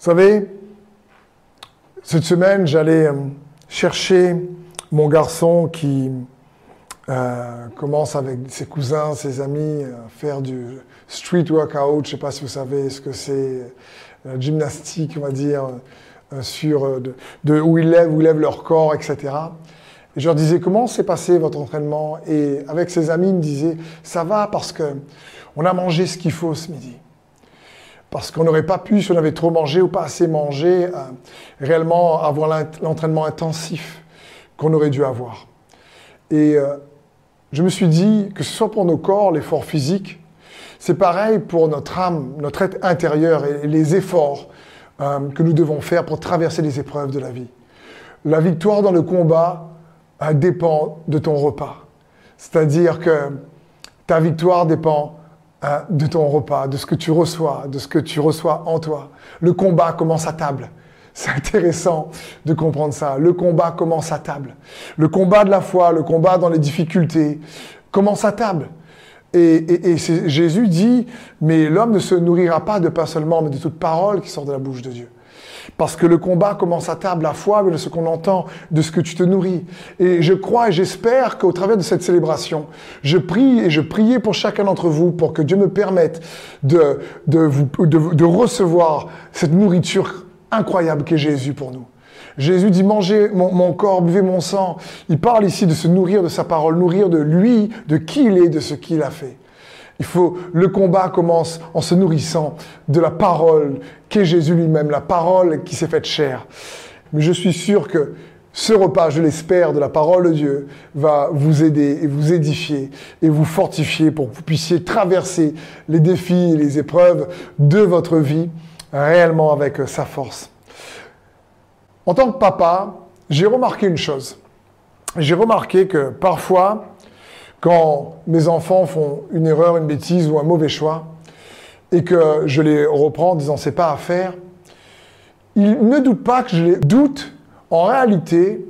savez, cette semaine, j'allais chercher mon garçon qui commence avec ses cousins, ses amis, à faire du street workout. Je ne sais pas si vous savez ce que c'est, la gymnastique, on va dire, où ils lèvent leur corps, etc. Et je leur disais, comment s'est passé votre entraînement? Et avec ses amis, ils me disaient, ça va parce qu'on a mangé ce qu'il faut ce midi. Parce qu'on n'aurait pas pu, si on avait trop mangé ou pas assez mangé, réellement avoir l'entraînement intensif qu'on aurait dû avoir. Et je me suis dit que ce soit pour nos corps, l'effort physique, c'est pareil pour notre âme, notre être intérieur et les efforts que nous devons faire pour traverser les épreuves de la vie. La victoire dans le combat dépend de ton repas. C'est-à-dire que ta victoire dépend de ton repas, de ce que tu reçois en toi. Le combat commence à table. C'est intéressant de comprendre ça. Le combat commence à table. Le combat de la foi, le combat dans les difficultés commence à table. Et Jésus dit, mais l'homme ne se nourrira pas de pain seulement, mais de toute parole qui sort de la bouche de Dieu. Parce que le combat commence à table, la foi, de ce qu'on entend, de ce que tu te nourris. Et je crois et j'espère qu'au travers de cette célébration, je prie et je priais pour chacun d'entre vous pour que Dieu me permette de recevoir cette nourriture incroyable qu'est Jésus pour nous. Jésus dit, mangez mon corps, buvez mon sang. Il parle ici de se nourrir de sa parole, nourrir de lui, de qui il est, de ce qu'il a fait. Le combat commence en se nourrissant de la parole qu'est Jésus lui-même, la parole qui s'est faite chair. Mais je suis sûr que ce repas, je l'espère, de la parole de Dieu va vous aider et vous édifier et vous fortifier pour que vous puissiez traverser les défis et les épreuves de votre vie réellement avec sa force. En tant que papa, j'ai remarqué une chose. J'ai remarqué que parfois, quand mes enfants font une erreur, une bêtise ou un mauvais choix, et que je les reprends en disant « c'est pas à faire », ils ne doutent pas que je les doute en réalité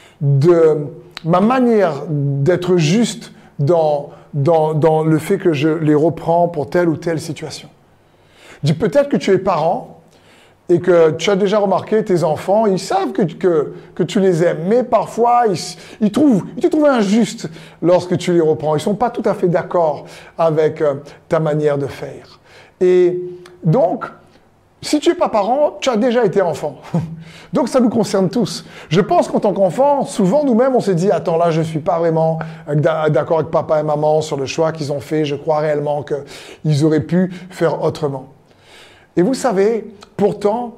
de ma manière d'être juste dans le fait que je les reprends pour telle ou telle situation. Je dis peut-être que tu es parent et que tu as déjà remarqué tes enfants, ils savent que tu les aimes, mais parfois ils te trouvent injuste lorsque tu les reprends. Ils ne sont pas tout à fait d'accord avec ta manière de faire. Et donc, si tu n'es pas parent, tu as déjà été enfant. Donc ça nous concerne tous. Je pense qu'en tant qu'enfant, souvent nous-mêmes on s'est dit « Attends, là je ne suis pas vraiment d'accord avec papa et maman sur le choix qu'ils ont fait. Je crois réellement qu'ils auraient pu faire autrement. » Et vous savez, pourtant,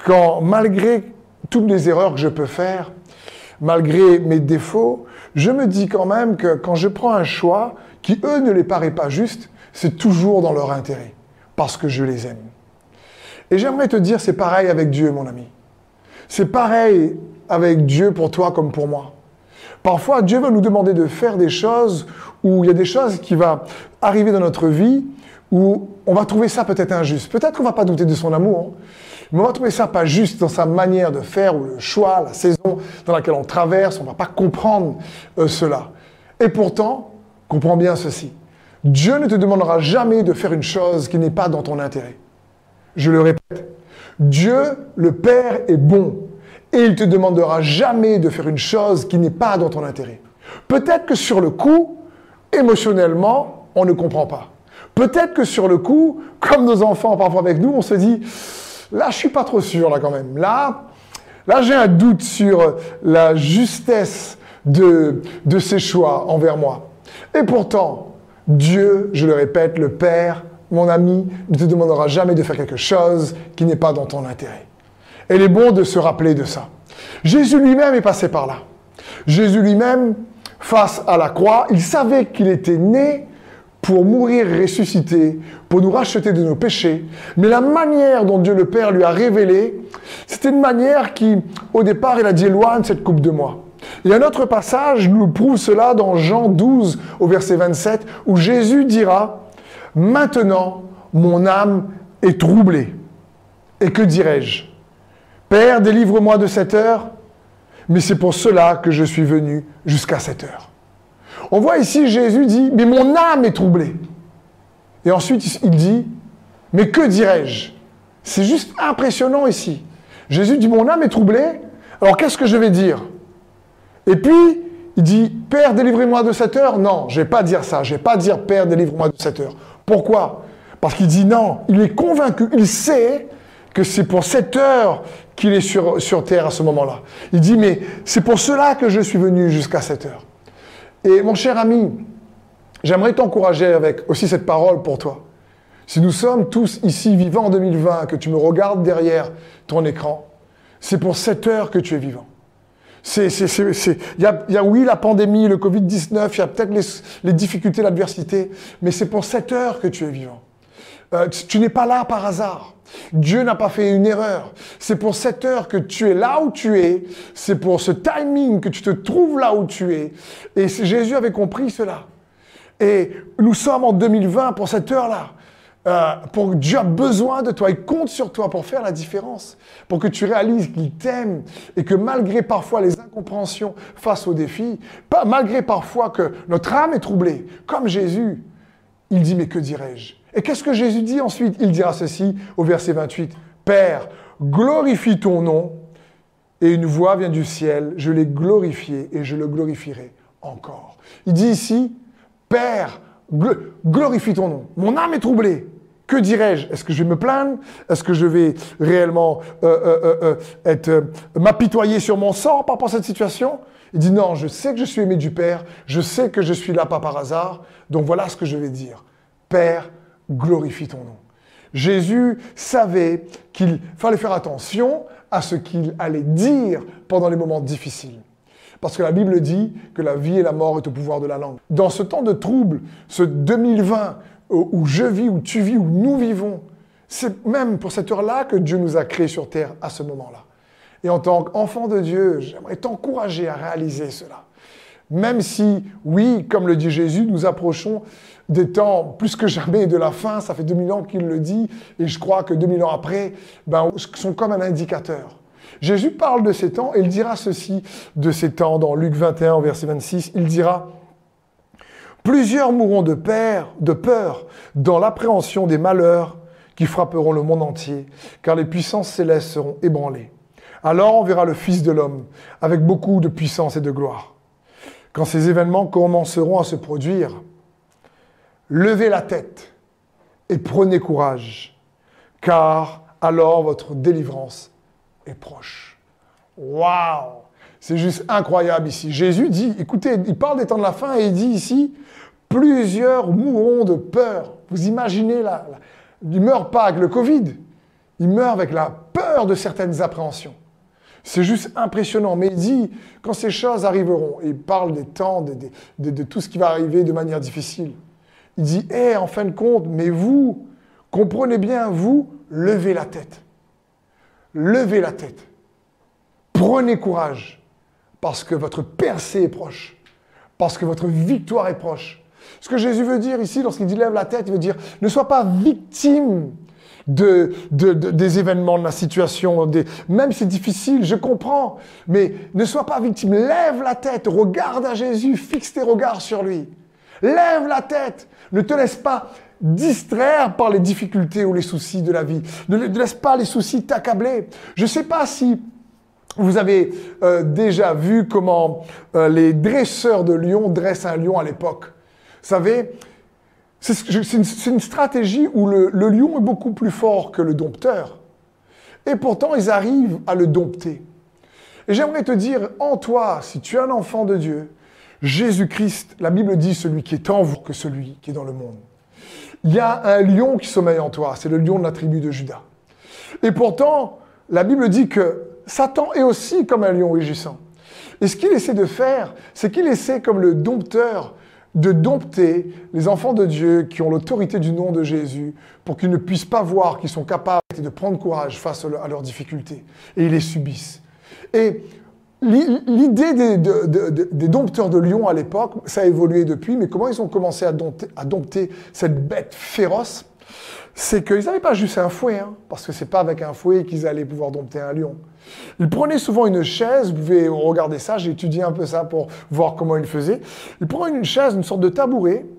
malgré toutes les erreurs que je peux faire, malgré mes défauts, je me dis quand même que quand je prends un choix qui, eux, ne les paraît pas juste, c'est toujours dans leur intérêt, parce que je les aime. Et j'aimerais te dire, c'est pareil avec Dieu, mon ami. C'est pareil avec Dieu pour toi comme pour moi. Parfois, Dieu va nous demander de faire des choses où il y a des choses qui vont arriver dans notre vie où on va trouver ça peut-être injuste. Peut-être qu'on ne va pas douter de son amour, mais on va trouver ça pas juste dans sa manière de faire, ou le choix, la saison dans laquelle on traverse, on ne va pas comprendre cela. Et pourtant, comprends bien ceci, Dieu ne te demandera jamais de faire une chose qui n'est pas dans ton intérêt. Je le répète, Dieu, le Père, est bon, et il ne te demandera jamais de faire une chose qui n'est pas dans ton intérêt. Peut-être que sur le coup, émotionnellement, on ne comprend pas. Peut-être que sur le coup, comme nos enfants parfois avec nous, on se dit « Là, je suis pas trop sûr, là, quand même. Là j'ai un doute sur la justesse de ces choix envers moi. » Et pourtant, Dieu, je le répète, le Père, mon ami, ne te demandera jamais de faire quelque chose qui n'est pas dans ton intérêt. Et il est bon de se rappeler de ça. Jésus lui-même est passé par là. Jésus lui-même, face à la croix, il savait qu'il était né pour mourir et ressusciter, pour nous racheter de nos péchés. Mais la manière dont Dieu le Père lui a révélé, c'était une manière qui, au départ, il a dit « éloigne cette coupe de moi ». Et un autre passage nous prouve cela dans Jean 12, au verset 27, où Jésus dira « Maintenant, mon âme est troublée. Et que dirai-je? Père, délivre-moi de cette heure, mais c'est pour cela que je suis venu jusqu'à cette heure. » On voit ici, Jésus dit, mais mon âme est troublée. Et ensuite, il dit, mais que dirais-je? C'est juste impressionnant ici. Jésus dit, mon âme est troublée, alors qu'est-ce que je vais dire? Et puis, il dit, Père, délivrez-moi de cette heure. Non, je ne vais pas dire ça, je ne vais pas dire, Père, délivre-moi de cette heure. Pourquoi? Parce qu'il dit non, il est convaincu, il sait que c'est pour cette heure qu'il est sur terre à ce moment-là. Il dit, mais c'est pour cela que je suis venu jusqu'à cette heure. Et mon cher ami, j'aimerais t'encourager avec aussi cette parole pour toi. Si nous sommes tous ici vivants en 2020, que tu me regardes derrière ton écran, c'est pour cette heure que tu es vivant. Il y a oui la pandémie, le Covid-19, il y a peut-être les difficultés, l'adversité, mais c'est pour cette heure que tu es vivant. Tu n'es pas là par hasard. Dieu n'a pas fait une erreur. C'est pour cette heure que tu es là où tu es. C'est pour ce timing que tu te trouves là où tu es. Et Jésus avait compris cela. Et nous sommes en 2020 pour cette heure-là. Dieu a besoin de toi, il compte sur toi pour faire la différence, pour que tu réalises qu'il t'aime et que malgré parfois les incompréhensions face aux défis, malgré parfois que notre âme est troublée, comme Jésus, il dit, mais que dirais-je? Et qu'est-ce que Jésus dit ensuite? Il dira ceci au verset 28, Père, glorifie ton nom, et une voix vient du ciel, je l'ai glorifié et je le glorifierai encore. Il dit ici, Père, glorifie ton nom, mon âme est troublée. Que dirais-je? Est-ce que je vais me plaindre? Est-ce que je vais réellement m'apitoyer sur mon sort par rapport à cette situation? Il dit non, je sais que je suis aimé du Père, je sais que je suis là pas par hasard, donc voilà ce que je vais dire. Père, glorifie ton nom. Jésus savait qu'il fallait faire attention à ce qu'il allait dire pendant les moments difficiles. Parce que la Bible dit que la vie et la mort est au pouvoir de la langue. Dans ce temps de trouble, ce 2020, où je vis, où tu vis, où nous vivons, c'est même pour cette heure-là que Dieu nous a créés sur terre à ce moment-là. Et en tant qu'enfant de Dieu, j'aimerais t'encourager à réaliser cela. Même si, oui, comme le dit Jésus, nous approchons des temps plus que jamais de la fin, ça fait 2000 ans qu'il le dit, et je crois que 2000 ans après, sont comme un indicateur. Jésus parle de ces temps, et il dira ceci de ces temps dans Luc 21, verset 26, il dira « Plusieurs mourront de peur, dans l'appréhension des malheurs qui frapperont le monde entier, car les puissances célestes seront ébranlées. Alors on verra le Fils de l'homme, avec beaucoup de puissance et de gloire. Quand ces événements commenceront à se produire, levez la tête et prenez courage, car alors votre délivrance est proche. » Waouh! C'est juste incroyable ici. Jésus dit, écoutez, il parle des temps de la fin et il dit ici, plusieurs mourront de peur. Vous imaginez là, il ne meurt pas avec le Covid, il meurt avec la peur de certaines appréhensions. C'est juste impressionnant. Mais il dit, quand ces choses arriveront, et il parle des temps, de tout ce qui va arriver de manière difficile, il dit, en fin de compte, mais vous, comprenez bien, vous, levez la tête. Levez la tête. Prenez courage, parce que votre percée est proche, parce que votre victoire est proche. Ce que Jésus veut dire ici, lorsqu'il dit lève la tête, il veut dire ne sois pas victime des événements, de la situation, même si c'est difficile, je comprends, mais ne sois pas victime. Lève la tête, regarde à Jésus, fixe tes regards sur lui. Lève la tête, ne te laisse pas distraire par les difficultés ou les soucis de la vie. Ne laisse pas les soucis t'accabler. Je ne sais pas si vous avez déjà vu comment les dresseurs de lions dressent un lion à l'époque. Vous savez, c'est une stratégie où le lion est beaucoup plus fort que le dompteur. Et pourtant, ils arrivent à le dompter. Et j'aimerais te dire, en toi, si tu es un enfant de Dieu, Jésus-Christ, la Bible dit celui qui est en vous que celui qui est dans le monde. Il y a un lion qui sommeille en toi, c'est le lion de la tribu de Juda. Et pourtant, la Bible dit que Satan est aussi comme un lion rugissant. Et ce qu'il essaie de faire, c'est qu'il essaie, comme le dompteur, de dompter les enfants de Dieu qui ont l'autorité du nom de Jésus pour qu'ils ne puissent pas voir qu'ils sont capables de prendre courage face à leurs difficultés. Et ils les subissent. Et l'idée des dompteurs de lions à l'époque, ça a évolué depuis, mais comment ils ont commencé à dompter cette bête féroce? C'est qu'ils n'avaient pas juste un fouet, parce que ce n'est pas avec un fouet qu'ils allaient pouvoir dompter un lion. Ils prenaient souvent une chaise, vous pouvez regarder ça, j'ai étudié un peu ça pour voir comment ils faisaient. Ils prenaient une chaise, une sorte de tabouret,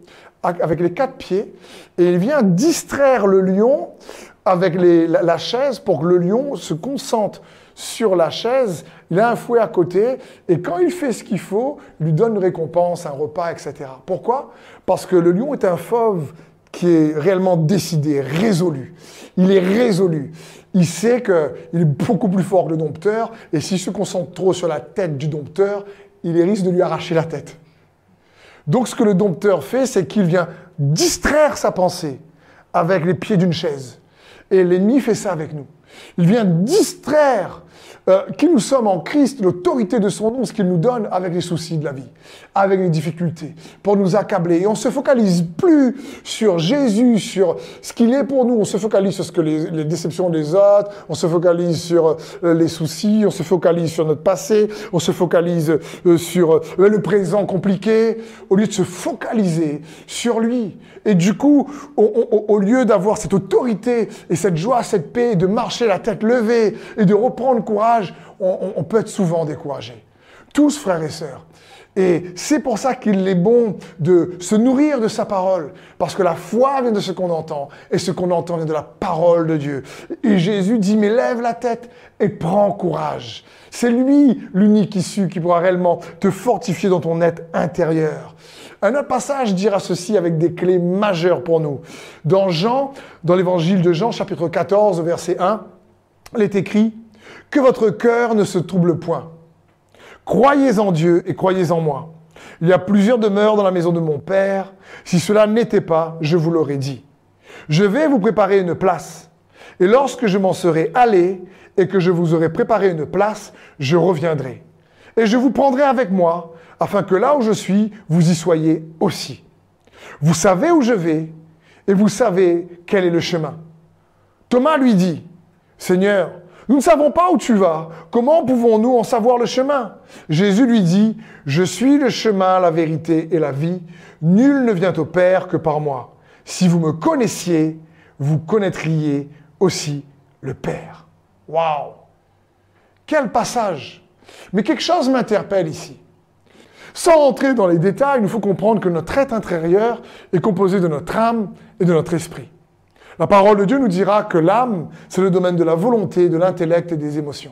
avec les 4 pieds et il vient distraire le lion avec la chaise pour que le lion se concentre sur la chaise. Il a un fouet à côté et quand il fait ce qu'il faut, il lui donne une récompense, un repas, etc. Pourquoi? Parce que le lion est un fauve qui est réellement décidé, résolu. Il est résolu. Il sait qu'il est beaucoup plus fort que le dompteur et s'il se concentre trop sur la tête du dompteur, il risque de lui arracher la tête. Donc ce que le dompteur fait, c'est qu'il vient distraire sa pensée avec les pieds d'une chaise. Et l'ennemi fait ça avec nous. Il vient distraire qui nous sommes en Christ, l'autorité de son nom, ce qu'il nous donne avec les soucis de la vie, avec les difficultés, pour nous accabler. Et on ne se focalise plus sur Jésus, sur ce qu'il est pour nous. On se focalise sur les déceptions des autres, on se focalise sur les soucis, on se focalise sur notre passé, on se focalise sur le présent compliqué, au lieu de se focaliser sur lui. Et du coup, au lieu d'avoir cette autorité et cette joie, cette paix, de marcher la tête levée et de reprendre courage, on peut être souvent découragé. Tous, frères et sœurs. Et c'est pour ça qu'il est bon de se nourrir de sa parole. Parce que la foi vient de ce qu'on entend. Et ce qu'on entend vient de la parole de Dieu. Et Jésus dit, mais lève la tête et prends courage. C'est lui, l'unique issue, qui pourra réellement te fortifier dans ton être intérieur. Un autre passage dira ceci avec des clés majeures pour nous. Dans l'évangile de Jean, chapitre 14, verset 1, il est écrit « Que votre cœur ne se trouble point. Croyez en Dieu et croyez en moi. Il y a plusieurs demeures dans la maison de mon Père. Si cela n'était pas, je vous l'aurais dit. Je vais vous préparer une place. Et lorsque je m'en serai allé et que je vous aurai préparé une place, je reviendrai. Et je vous prendrai avec moi, afin que là où je suis, vous y soyez aussi. Vous savez où je vais et vous savez quel est le chemin. » Thomas lui dit, « Seigneur, nous ne savons pas où tu vas. Comment pouvons-nous en savoir le chemin? » Jésus lui dit, « Je suis le chemin, la vérité et la vie. Nul ne vient au Père que par moi. Si vous me connaissiez, vous connaîtriez aussi le Père. » Waouh! Quel passage! Mais quelque chose m'interpelle ici. Sans rentrer dans les détails, il nous faut comprendre que notre être intérieur est composé de notre âme et de notre esprit. La parole de Dieu nous dira que l'âme, c'est le domaine de la volonté, de l'intellect et des émotions.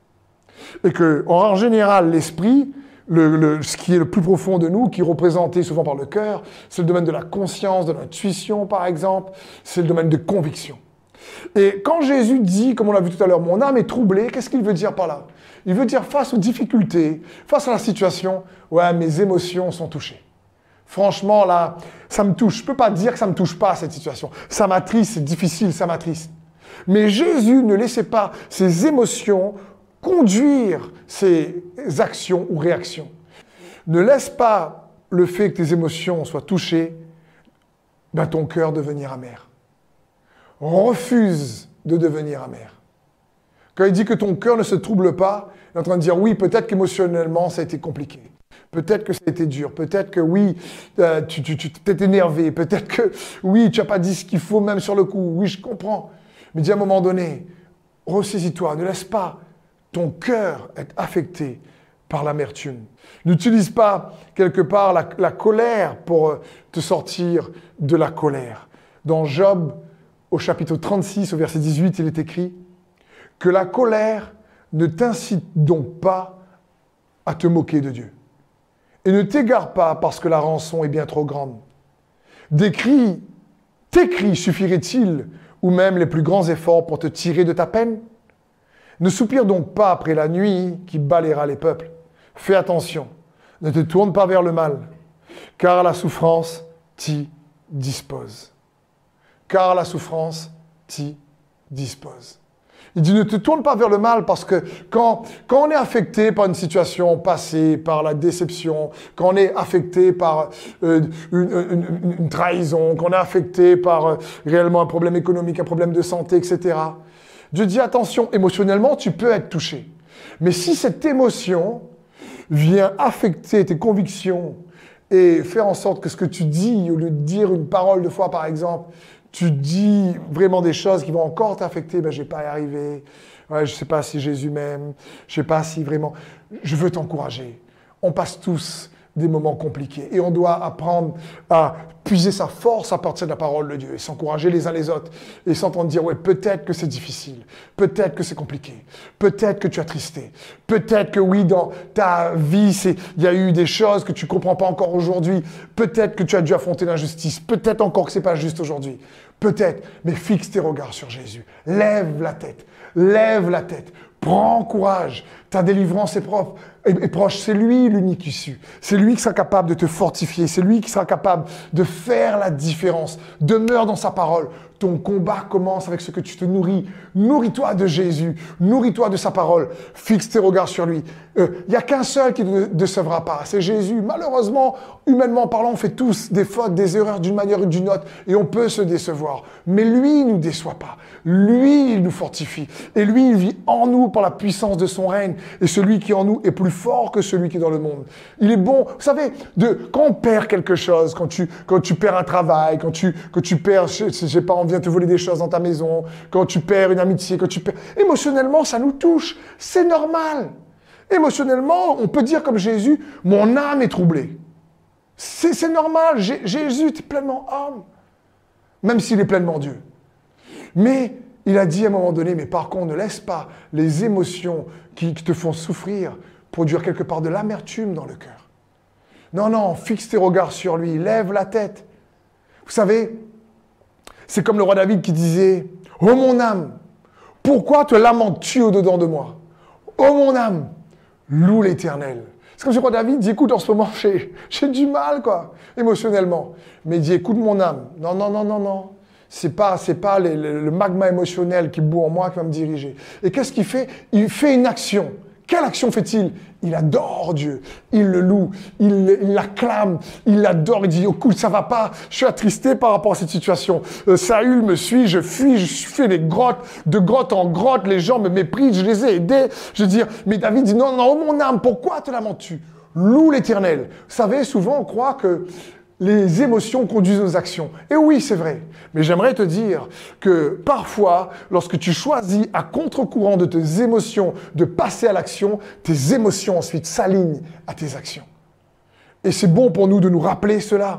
Et que, en général, l'esprit, ce qui est le plus profond de nous, qui est représenté souvent par le cœur, c'est le domaine de la conscience, de l'intuition, par exemple, c'est le domaine de conviction. Et quand Jésus dit, comme on l'a vu tout à l'heure, mon âme est troublée, qu'est-ce qu'il veut dire par là? Il veut dire face aux difficultés, face à la situation, ouais, mes émotions sont touchées. Franchement, là, ça me touche. Je ne peux pas dire que ça ne me touche pas, cette situation. Ça m'attriste, c'est difficile, ça m'attriste. Mais Jésus ne laissait pas ses émotions conduire ses actions ou réactions. Ne laisse pas le fait que tes émotions soient touchées, ton cœur devenir amer. Refuse de devenir amer. Quand il dit que ton cœur ne se trouble pas, il est en train de dire, oui, peut-être qu'émotionnellement, ça a été compliqué. Peut-être que ça a été dur. Peut-être que oui, tu t'es énervé. Peut-être que oui, tu n'as pas dit ce qu'il faut même sur le coup. Oui, je comprends. Mais dis à un moment donné, ressaisis-toi. Ne laisse pas ton cœur être affecté par l'amertume. N'utilise pas quelque part la colère pour te sortir de la colère. Dans Job, au chapitre 36, au verset 18, il est écrit que la colère ne t'incite donc pas à te moquer de Dieu. Et ne t'égare pas parce que la rançon est bien trop grande. Tes cris suffirait-il, ou même les plus grands efforts pour te tirer de ta peine? Ne soupire donc pas après la nuit qui balayera les peuples. Fais attention, ne te tourne pas vers le mal, car la souffrance t'y dispose. Car la souffrance t'y dispose. Il dit, ne te tourne pas vers le mal parce que quand on est affecté par une situation passée, par la déception, quand on est affecté par une trahison, quand on est affecté par réellement un problème économique, un problème de santé, etc. Dieu dit, attention, émotionnellement, tu peux être touché. Mais si cette émotion vient affecter tes convictions et faire en sorte que ce que tu dis, au lieu de dire une parole de foi, par exemple, tu dis vraiment des choses qui vont encore t'affecter, je ne vais pas y arriver, ouais, je ne sais pas si Jésus m'aime, je ne sais pas si vraiment... Je veux t'encourager. On passe tous des moments compliqués. Et on doit apprendre à puiser sa force à partir de la parole de Dieu et s'encourager les uns les autres et s'entendre dire, ouais, peut-être que c'est difficile, peut-être que c'est compliqué, peut-être que tu as tristé, peut-être que oui, dans ta vie, il y a eu des choses que tu comprends pas encore aujourd'hui, peut-être que tu as dû affronter l'injustice, peut-être encore que c'est pas juste aujourd'hui, peut-être, mais fixe tes regards sur Jésus, lève la tête, prends courage, ta délivrance est proche, c'est lui l'unique issue. C'est lui qui sera capable de te fortifier, c'est lui qui sera capable de faire la différence. Demeure dans sa parole. Ton combat commence avec ce que tu te nourris. Nourris-toi de Jésus, nourris-toi de sa parole. Fixe tes regards sur lui. Il n'y a qu'un seul qui ne décevra pas, c'est Jésus. Malheureusement, humainement parlant, on fait tous des fautes, des erreurs d'une manière ou d'une autre et on peut se décevoir. Mais lui, il ne nous déçoit pas. Lui, il nous fortifie. Et lui, il vit en nous par la puissance de son règne. Et celui qui est en nous est plus fort que celui qui est dans le monde. Il est bon. Vous savez, quand on perd quelque chose, quand tu perds un travail, quand tu perds, je sais pas, on vient te voler des choses dans ta maison, quand tu perds une amitié, quand tu perds... Émotionnellement, ça nous touche. C'est normal. Émotionnellement, on peut dire comme Jésus, mon âme est troublée. C'est normal. Jésus est pleinement homme. Même s'il est pleinement Dieu. Mais il a dit à un moment donné, mais par contre, ne laisse pas les émotions qui te font souffrir produire quelque part de l'amertume dans le cœur. Non, fixe tes regards sur lui, lève la tête. Vous savez, c'est comme le roi David qui disait, « Oh mon âme, pourquoi te lamentes-tu au-dedans de moi? Oh mon âme, loue l'Éternel. » C'est comme ce roi David dit, écoute, en ce moment, j'ai du mal, quoi, émotionnellement. Mais il dit, écoute mon âme. Non. C'est pas le magma émotionnel qui bout en moi qui va me diriger. Et qu'est-ce qu'il fait? Il fait une action. Quelle action fait-il? Il adore Dieu, il le loue, il l'acclame, il l'adore, il dit, écoute, ça va pas, je suis attristé par rapport à cette situation. Saül me suit, je fuis, je fais des grottes, de grotte en grotte, les gens me méprisent, je les ai aidés. Je veux dire, mais David dit, non, oh mon âme, pourquoi te lamentes-tu? Loue l'Éternel. Vous savez, souvent on croit que les émotions conduisent aux actions. Et oui, c'est vrai. Mais j'aimerais te dire que parfois, lorsque tu choisis à contre-courant de tes émotions de passer à l'action, tes émotions ensuite s'alignent à tes actions. Et c'est bon pour nous de nous rappeler cela.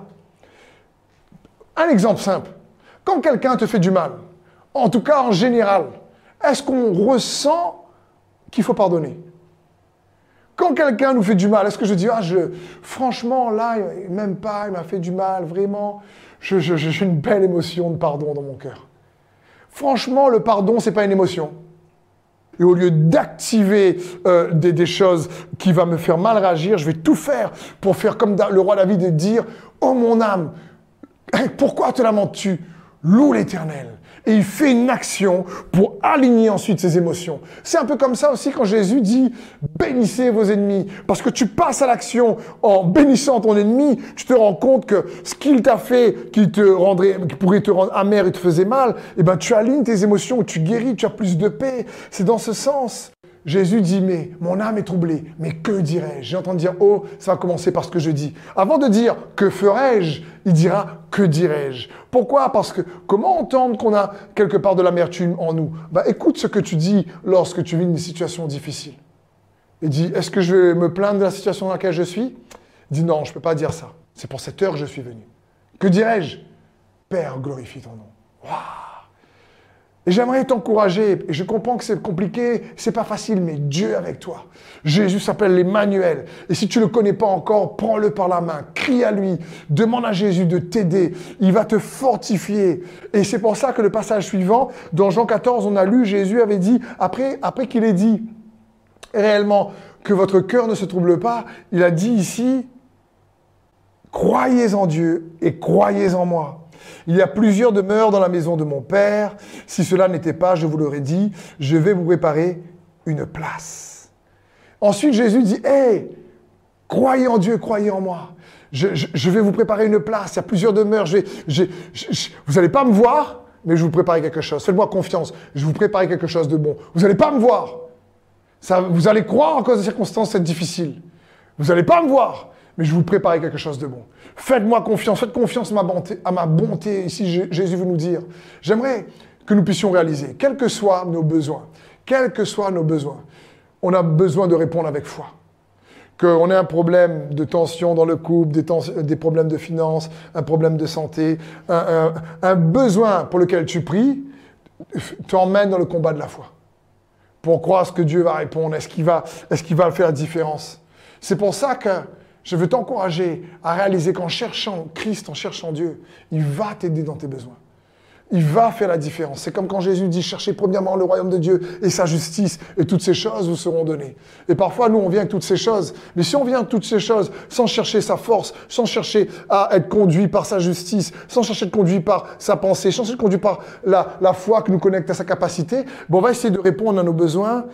Un exemple simple. Quand quelqu'un te fait du mal, en tout cas en général, est-ce qu'on ressent qu'il faut pardonner? Quand quelqu'un nous fait du mal, est-ce que je dis, franchement, là, même pas, il m'a fait du mal, vraiment, j'ai une belle émotion de pardon dans mon cœur. Franchement, le pardon, c'est pas une émotion. Et au lieu d'activer des choses qui vont me faire mal réagir, je vais tout faire pour faire comme le roi David et dire, oh mon âme, pourquoi te lamentes-tu? Loue l'Éternel. Et il fait une action pour aligner ensuite ses émotions. C'est un peu comme ça aussi quand Jésus dit « Bénissez vos ennemis ». Parce que tu passes à l'action en bénissant ton ennemi, tu te rends compte que ce qu'il t'a fait, qui pourrait te rendre amer et te faisait mal, eh ben tu alignes tes émotions, tu guéris, tu as plus de paix. C'est dans ce sens. Jésus dit, mais mon âme est troublée, mais que dirais-je? J'ai entendu dire, oh, ça va commencer par ce que je dis. Avant de dire, que ferais-je? Il dira, que dirais-je? Pourquoi? Parce que comment entendre qu'on a quelque part de l'amertume en nous? Écoute ce que tu dis lorsque tu vis une situation difficile. Il dit, est-ce que je vais me plaindre de la situation dans laquelle je suis? Il dit, non, je ne peux pas dire ça. C'est pour cette heure que je suis venu. Que dirais-je? Père, glorifie ton nom. Waouh! Et j'aimerais t'encourager, et je comprends que c'est compliqué, c'est pas facile, mais Dieu est avec toi. Jésus s'appelle l'Emmanuel. Et si tu ne le connais pas encore, prends-le par la main, crie à lui, demande à Jésus de t'aider. Il va te fortifier. Et c'est pour ça que le passage suivant, dans Jean 14, on a lu, Jésus avait dit, après qu'il ait dit réellement que votre cœur ne se trouble pas, il a dit ici, croyez en Dieu et croyez en moi. Il y a plusieurs demeures dans la maison de mon Père. Si cela n'était pas, je vous l'aurais dit, je vais vous préparer une place. Ensuite, Jésus dit, hey, croyez en Dieu, croyez en moi. Je vais vous préparer une place. Il y a plusieurs demeures. Vous n'allez pas me voir, mais je vais vous préparer quelque chose. Faites-moi confiance. Je vais vous préparer quelque chose de bon. Vous n'allez pas me voir. Vous allez croire en cause des circonstances difficiles. Vous n'allez pas me voir, mais je vais vous préparer quelque chose de bon. Faites-moi confiance, faites confiance à ma bonté, ici Jésus veut nous dire. J'aimerais que nous puissions réaliser, quels que soient nos besoins, on a besoin de répondre avec foi. qu'on ait un problème de tension dans le couple, des problèmes de finances, un problème de santé, un besoin pour lequel tu pries, t'emmène dans le combat de la foi. Pour croire ce que Dieu va répondre, est-ce qu'il va faire la différence? C'est pour ça que je veux t'encourager à réaliser qu'en cherchant Christ, en cherchant Dieu, il va t'aider dans tes besoins. Il va faire la différence. C'est comme quand Jésus dit, cherchez premièrement le royaume de Dieu et sa justice, et toutes ces choses vous seront données. Et parfois, nous, on vient avec toutes ces choses. Mais si on vient avec toutes ces choses sans chercher sa force, sans chercher à être conduit par sa justice, sans chercher à être conduit par sa pensée, sans chercher à être conduit par la foi qui nous connecte à sa capacité, bon, on va essayer de répondre à nos besoins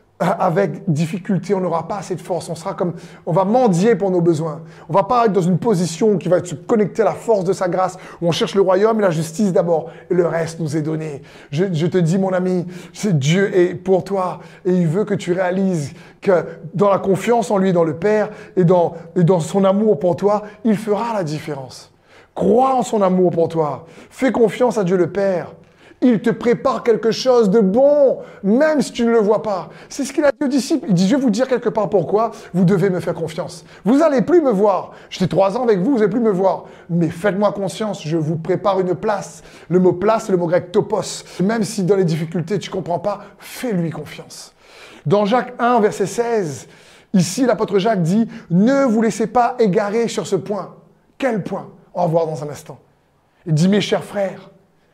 avec difficulté, on n'aura pas assez de force, on va mendier pour nos besoins. On va pas être dans une position qui va se connecter à la force de sa grâce, où on cherche le royaume et la justice d'abord, et le reste nous est donné. Je te dis, mon ami, Dieu est pour toi, et il veut que tu réalises que dans la confiance en lui, dans le Père, et dans son amour pour toi, il fera la différence. Crois en son amour pour toi. Fais confiance à Dieu le Père. Il te prépare quelque chose de bon, même si tu ne le vois pas. C'est ce qu'il a dit aux disciples. Il dit, je vais vous dire quelque part pourquoi vous devez me faire confiance. Vous n'allez plus me voir. J'étais 3 ans avec vous, vous n'allez plus me voir. Mais faites-moi confiance, je vous prépare une place. Le mot place, c'est le mot grec topos. Même si dans les difficultés, tu ne comprends pas, fais-lui confiance. Dans Jacques 1, verset 16, ici, l'apôtre Jacques dit, ne vous laissez pas égarer sur ce point. Quel point? On va voir dans un instant. Il dit, mes chers frères,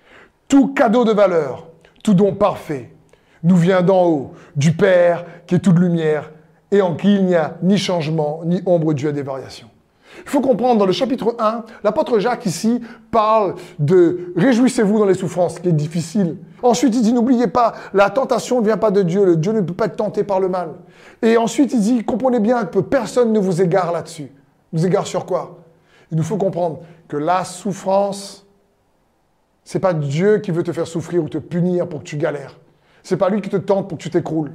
tout cadeau de valeur, tout don parfait, nous vient d'en haut, du Père qui est toute lumière et en qui il n'y a ni changement, ni ombre due à des variations. Il faut comprendre, dans le chapitre 1, l'apôtre Jacques ici parle de « réjouissez-vous dans les souffrances », ce qui est difficile. Ensuite, il dit « n'oubliez pas, la tentation ne vient pas de Dieu, le Dieu ne peut pas être tenté par le mal ». Et ensuite, il dit « comprenez bien que personne ne vous égare là-dessus ». Vous égare sur quoi? Il nous faut comprendre que la souffrance, c'est pas Dieu qui veut te faire souffrir ou te punir pour que tu galères. C'est pas lui qui te tente pour que tu t'écroules.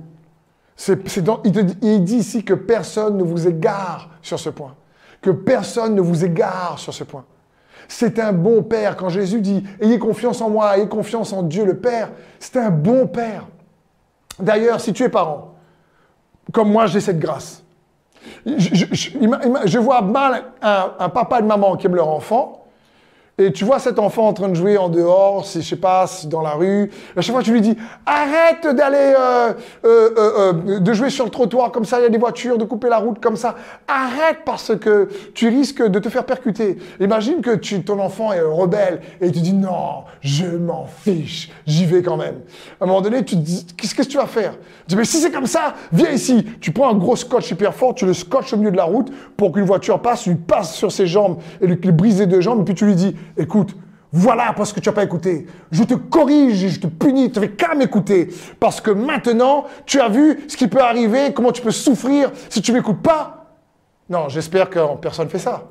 Il dit ici que personne ne vous égare sur ce point. Que personne ne vous égare sur ce point. C'est un bon Père. Quand Jésus dit « ayez confiance en moi, ayez confiance en Dieu le Père », c'est un bon Père. D'ailleurs, si tu es parent, comme moi j'ai cette grâce, je vois mal un papa et une maman qui aiment leur enfant, et tu vois cet enfant en train de jouer en dehors, je sais pas, dans la rue. À chaque fois, tu lui dis, arrête d'aller, de jouer sur le trottoir comme ça, il y a des voitures, de couper la route comme ça. Arrête parce que tu risques de te faire percuter. Imagine que ton enfant est rebelle et tu dis, non, je m'en fiche, j'y vais quand même. À un moment donné, tu te dis, qu'est-ce que tu vas faire? Tu dis, mais si c'est comme ça, viens ici. Tu prends un gros scotch hyper fort, tu le scotches au milieu de la route pour qu'une voiture passe, tu passe sur ses jambes et lui brise les 2 jambes, et puis tu lui dis, écoute, voilà parce que tu n'as pas écouté. Je te corrige et je te punis. Tu n'avais qu'à m'écouter. Parce que maintenant, tu as vu ce qui peut arriver, comment tu peux souffrir si tu ne m'écoutes pas. Non, j'espère que personne ne fait ça.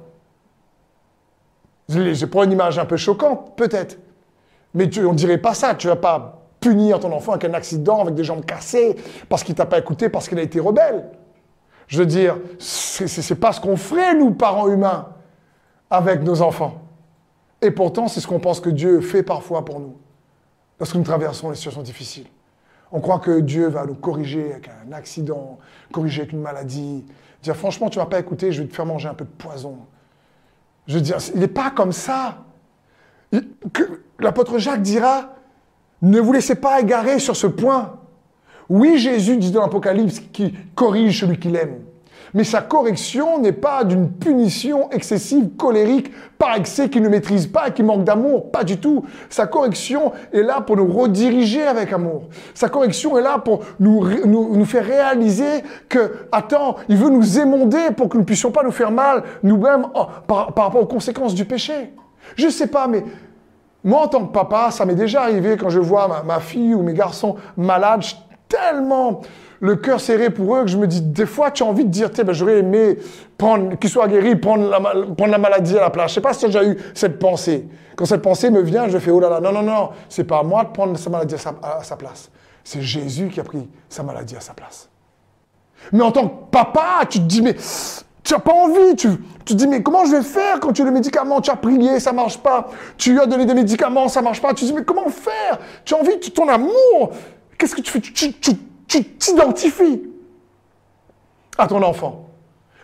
Je prends une image un peu choquante, peut-être. Mais on ne dirait pas ça. Tu ne vas pas punir ton enfant avec un accident, avec des jambes cassées, parce qu'il ne t'a pas écouté, parce qu'il a été rebelle. Je veux dire, ce n'est pas ce qu'on ferait, nous, parents humains, avec nos enfants. Et pourtant, c'est ce qu'on pense que Dieu fait parfois pour nous, lorsque nous traversons les situations difficiles. On croit que Dieu va nous corriger avec un accident, corriger avec une maladie, dire franchement, tu ne m'as pas écouté, je vais te faire manger un peu de poison. Je veux dire, il n'est pas comme ça. L'apôtre Jacques dira, ne vous laissez pas égarer sur ce point. Oui, Jésus dit dans l'Apocalypse qu'il corrige celui qu'il aime. Mais sa correction n'est pas d'une punition excessive, colérique, par excès, qu'il ne maîtrise pas et qui manque d'amour. Pas du tout. Sa correction est là pour nous rediriger avec amour. Sa correction est là pour nous faire réaliser que, attends, il veut nous émonder pour que nous ne puissions pas nous faire mal nous-mêmes par rapport aux conséquences du péché. Je ne sais pas, mais moi, en tant que papa, ça m'est déjà arrivé quand je vois ma fille ou mes garçons malades, tellement le cœur serré pour eux que je me dis, des fois, tu as envie de dire, j'aurais aimé qu'ils soient guéris, prendre la maladie à la place. Je ne sais pas si tu as déjà eu cette pensée. Quand cette pensée me vient, je fais, oh là là, non, c'est pas à moi de prendre sa maladie à sa place. C'est Jésus qui a pris sa maladie à sa place. Mais en tant que papa, tu te dis, mais tu n'as pas envie. Tu te dis, mais comment je vais faire quand tu as le médicament? Tu as prié, ça ne marche pas. Tu lui as donné des médicaments, ça ne marche pas. Tu te dis, mais comment faire? Tu as envie de ton amour. Qu'est-ce que tu fais? Tu t'identifies à ton enfant.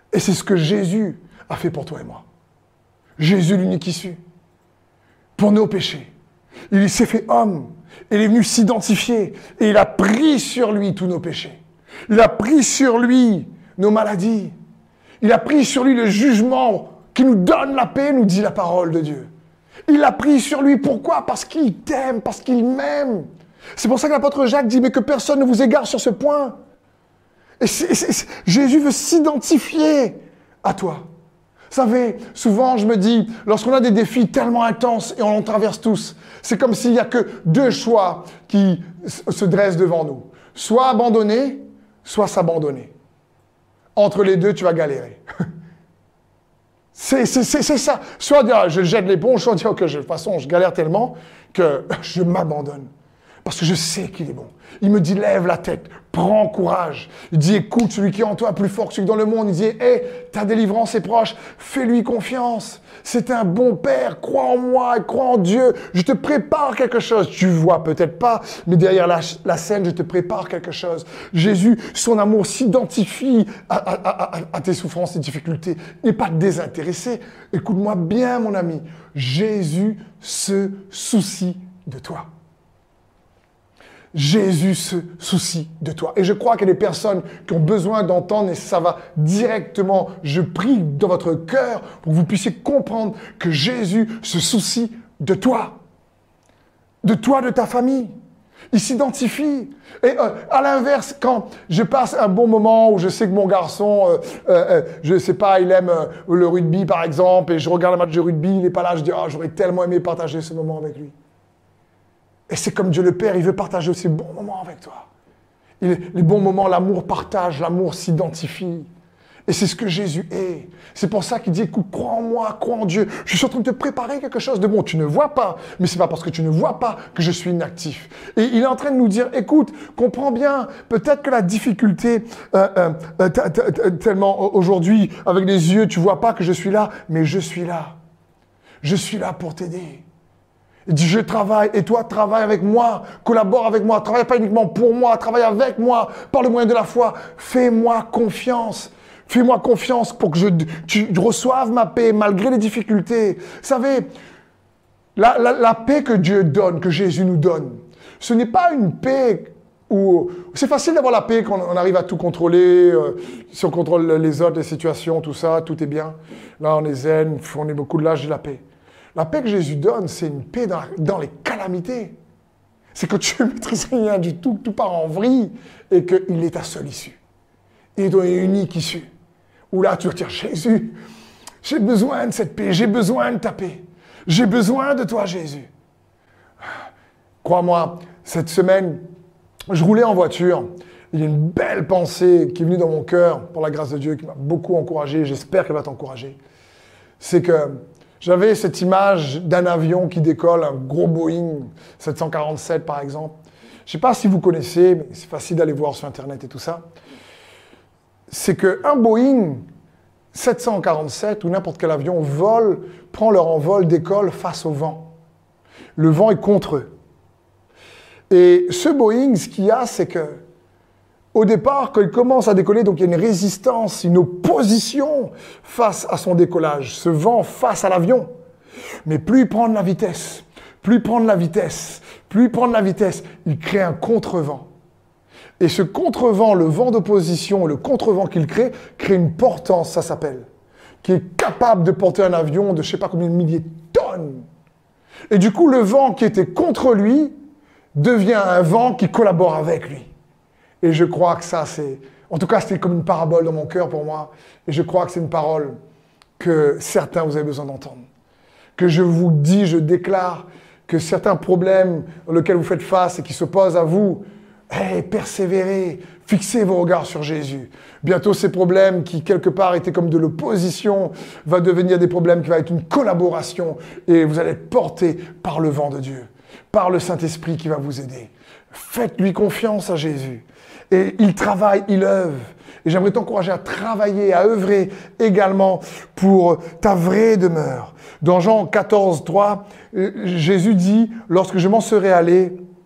Et c'est ce que Jésus a fait pour toi et moi. Jésus, l'unique issue. Pour nos péchés. Il s'est fait homme. Il est venu s'identifier. Et il a pris sur lui tous nos péchés. Il a pris sur lui nos maladies. Il a pris sur lui le jugement qui nous donne la paix, nous dit la parole de Dieu. Il l'a pris sur lui. Pourquoi? Parce qu'il t'aime, parce qu'il m'aime. C'est pour ça que l'apôtre Jacques dit, mais que personne ne vous égare sur ce point. Et Jésus veut s'identifier à toi. Vous savez, souvent je me dis, lorsqu'on a des défis tellement intenses et on en traverse tous, c'est comme s'il n'y a que deux choix qui se dressent devant nous. Soit abandonner, soit s'abandonner. Entre les deux, tu vas galérer. C'est ça. Soit dire, je jette l'éponge, soit dire que de toute façon, je galère tellement que je m'abandonne. Parce que je sais qu'il est bon. Il me dit, lève la tête, prends courage. Il dit, écoute, celui qui est en toi est plus fort que celui qui est dans le monde. Il dit, hé, ta délivrance est proche, fais-lui confiance. C'est un bon Père, crois en moi et crois en Dieu. Je te prépare quelque chose. Tu vois peut-être pas, mais derrière la scène, je te prépare quelque chose. Jésus, son amour s'identifie à tes souffrances et difficultés. Il n'est pas désintéressé. Écoute-moi bien, mon ami. Jésus se soucie de toi. Jésus se soucie de toi. Et je crois qu'il y a des personnes qui ont besoin d'entendre, et ça va directement, je prie dans votre cœur pour que vous puissiez comprendre que Jésus se soucie de toi. De toi, de ta famille. Il s'identifie. Et à l'inverse, quand je passe un bon moment où je sais que mon garçon, je sais pas, il aime le rugby par exemple, et je regarde un match de rugby, il n'est pas là, je dis, oh, j'aurais tellement aimé partager ce moment avec lui. Et c'est comme Dieu le Père, il veut partager aussi les bons moments avec toi. Les bons moments, l'amour partage, l'amour s'identifie. Et c'est ce que Jésus est. C'est pour ça qu'il dit, écoute, crois en moi, crois en Dieu. Je suis en train de te préparer quelque chose de bon. Tu ne vois pas, mais c'est pas parce que tu ne vois pas que je suis inactif. Et il est en train de nous dire, écoute, comprends bien, peut-être que la difficulté, tellement aujourd'hui, avec les yeux, tu vois pas que je suis là, mais je suis là. Je suis là pour t'aider. Il dit, je travaille, et toi, travaille avec moi, collabore avec moi, travaille pas uniquement pour moi, travaille avec moi, par le moyen de la foi. Fais-moi confiance. Fais-moi confiance pour que tu reçoives ma paix, malgré les difficultés. Vous savez, la paix que Dieu donne, que Jésus nous donne, ce n'est pas une paix où... C'est facile d'avoir la paix quand on arrive à tout contrôler, si on contrôle les autres, les situations, tout ça, tout est bien. Là, on est zen, on est beaucoup de l'âge de la paix. La paix que Jésus donne, c'est une paix dans les calamités. C'est que tu ne maîtrises rien du tout, que tout part en vrille et qu'il est ta seule issue. Il est ton unique issue. Où là, tu vas dire, Jésus, j'ai besoin de cette paix, j'ai besoin de ta paix. J'ai besoin de toi, Jésus. Crois-moi, cette semaine, je roulais en voiture. Il y a une belle pensée qui est venue dans mon cœur, pour la grâce de Dieu, qui m'a beaucoup encouragé. J'espère qu'elle va t'encourager. C'est que j'avais cette image d'un avion qui décolle, un gros Boeing 747 par exemple. Je ne sais pas si vous connaissez, mais c'est facile d'aller voir sur Internet et tout ça. C'est qu'un Boeing 747 ou n'importe quel avion prend leur envol, décolle face au vent. Le vent est contre eux. Et ce Boeing, ce qu'il y a, c'est que au départ, quand il commence à décoller, donc il y a une résistance, une opposition face à son décollage, ce vent face à l'avion. Mais plus il prend de la vitesse, il crée un contre-vent. Et ce contre-vent, le vent d'opposition, le contre-vent qu'il crée une portance, ça s'appelle, qui est capable de porter un avion de je ne sais pas combien de milliers de tonnes. Et du coup, le vent qui était contre lui devient un vent qui collabore avec lui. Et je crois que ça, c'est... En tout cas, c'était comme une parabole dans mon cœur pour moi. Et je crois que c'est une parole que certains, vous avez besoin d'entendre. Que je vous dis, je déclare que certains problèmes auxquels vous faites face et qui se posent à vous, persévérez, fixez vos regards sur Jésus. Bientôt, ces problèmes qui, quelque part, étaient comme de l'opposition, va devenir des problèmes qui vont être une collaboration et vous allez être portés par le vent de Dieu, par le Saint-Esprit qui va vous aider. Faites-lui confiance à Jésus. Et il travaille, il œuvre. Et j'aimerais t'encourager à travailler, à œuvrer également pour ta vraie demeure. Dans Jean 14, 3, Jésus dit, lorsque je m'en serai allé,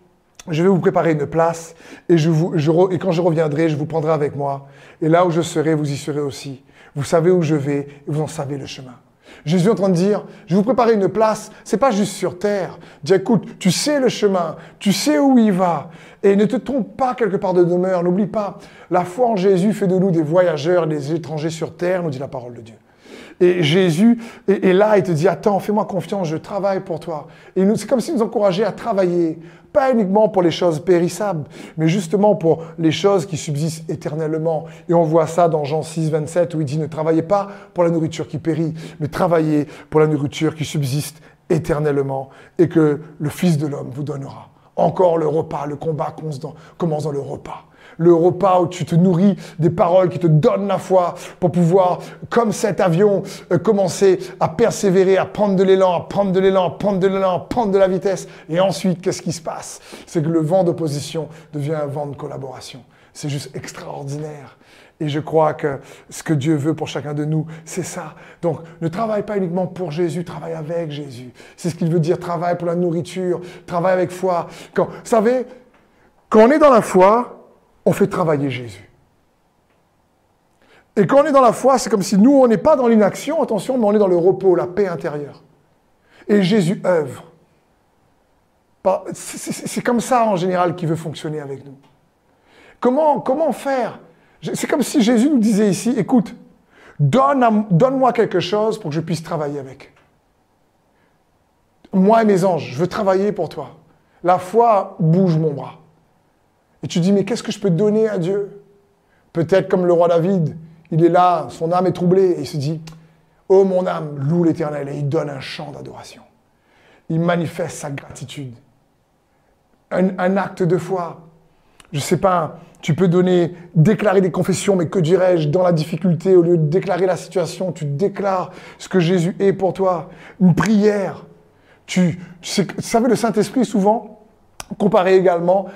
je vais vous préparer une place et, et quand je reviendrai, je vous prendrai avec moi. Et là où je serai, vous y serez aussi. Vous savez où je vais et vous en savez le chemin. Jésus est en train de dire, je vais vous préparer une place, c'est pas juste sur terre. Dis, écoute, tu sais le chemin, tu sais où il va. Et ne te trompe pas quelque part de demeure, n'oublie pas, la foi en Jésus fait de nous des voyageurs, des étrangers sur terre, nous dit la parole de Dieu. Et Jésus est là, il te dit, attends, fais-moi confiance, je travaille pour toi. Et c'est comme s'il nous encourageait à travailler, pas uniquement pour les choses périssables, mais justement pour les choses qui subsistent éternellement. Et on voit ça dans Jean 6, 27, où il dit, ne travaillez pas pour la nourriture qui périt, mais travaillez pour la nourriture qui subsiste éternellement et que le Fils de l'homme vous donnera. Encore le repas, le combat commence dans le repas. Le repas où tu te nourris des paroles qui te donnent la foi pour pouvoir, comme cet avion, commencer à persévérer, à prendre de l'élan, à prendre de l'élan, à prendre de l'élan, à prendre de la vitesse. Et ensuite, qu'est-ce qui se passe? C'est que le vent d'opposition devient un vent de collaboration. C'est juste extraordinaire. Et je crois que ce que Dieu veut pour chacun de nous, c'est ça. Donc, ne travaille pas uniquement pour Jésus, travaille avec Jésus. C'est ce qu'il veut dire, travaille pour la nourriture, travaille avec foi. Vous savez, quand on est dans la foi, on fait travailler Jésus. Et quand on est dans la foi, c'est comme si nous, on n'est pas dans l'inaction, attention, mais on est dans le repos, la paix intérieure. Et Jésus œuvre. C'est comme ça, en général, qu'il veut fonctionner avec nous. Comment faire? C'est comme si Jésus nous disait ici, écoute, donne-moi quelque chose pour que je puisse travailler avec. Moi et mes anges, je veux travailler pour toi. La foi bouge mon bras. Et tu dis, mais qu'est-ce que je peux donner à Dieu? Peut-être comme le roi David, il est là, son âme est troublée, et il se dit, oh mon âme, loue l'Éternel, et il donne un chant d'adoration. Il manifeste sa gratitude. Un acte de foi. Je ne sais pas, tu peux déclarer des confessions, mais que dirais-je, dans la difficulté, au lieu de déclarer la situation, tu déclares ce que Jésus est pour toi. Une prière. Tu savez, le Saint-Esprit, souvent, comparé également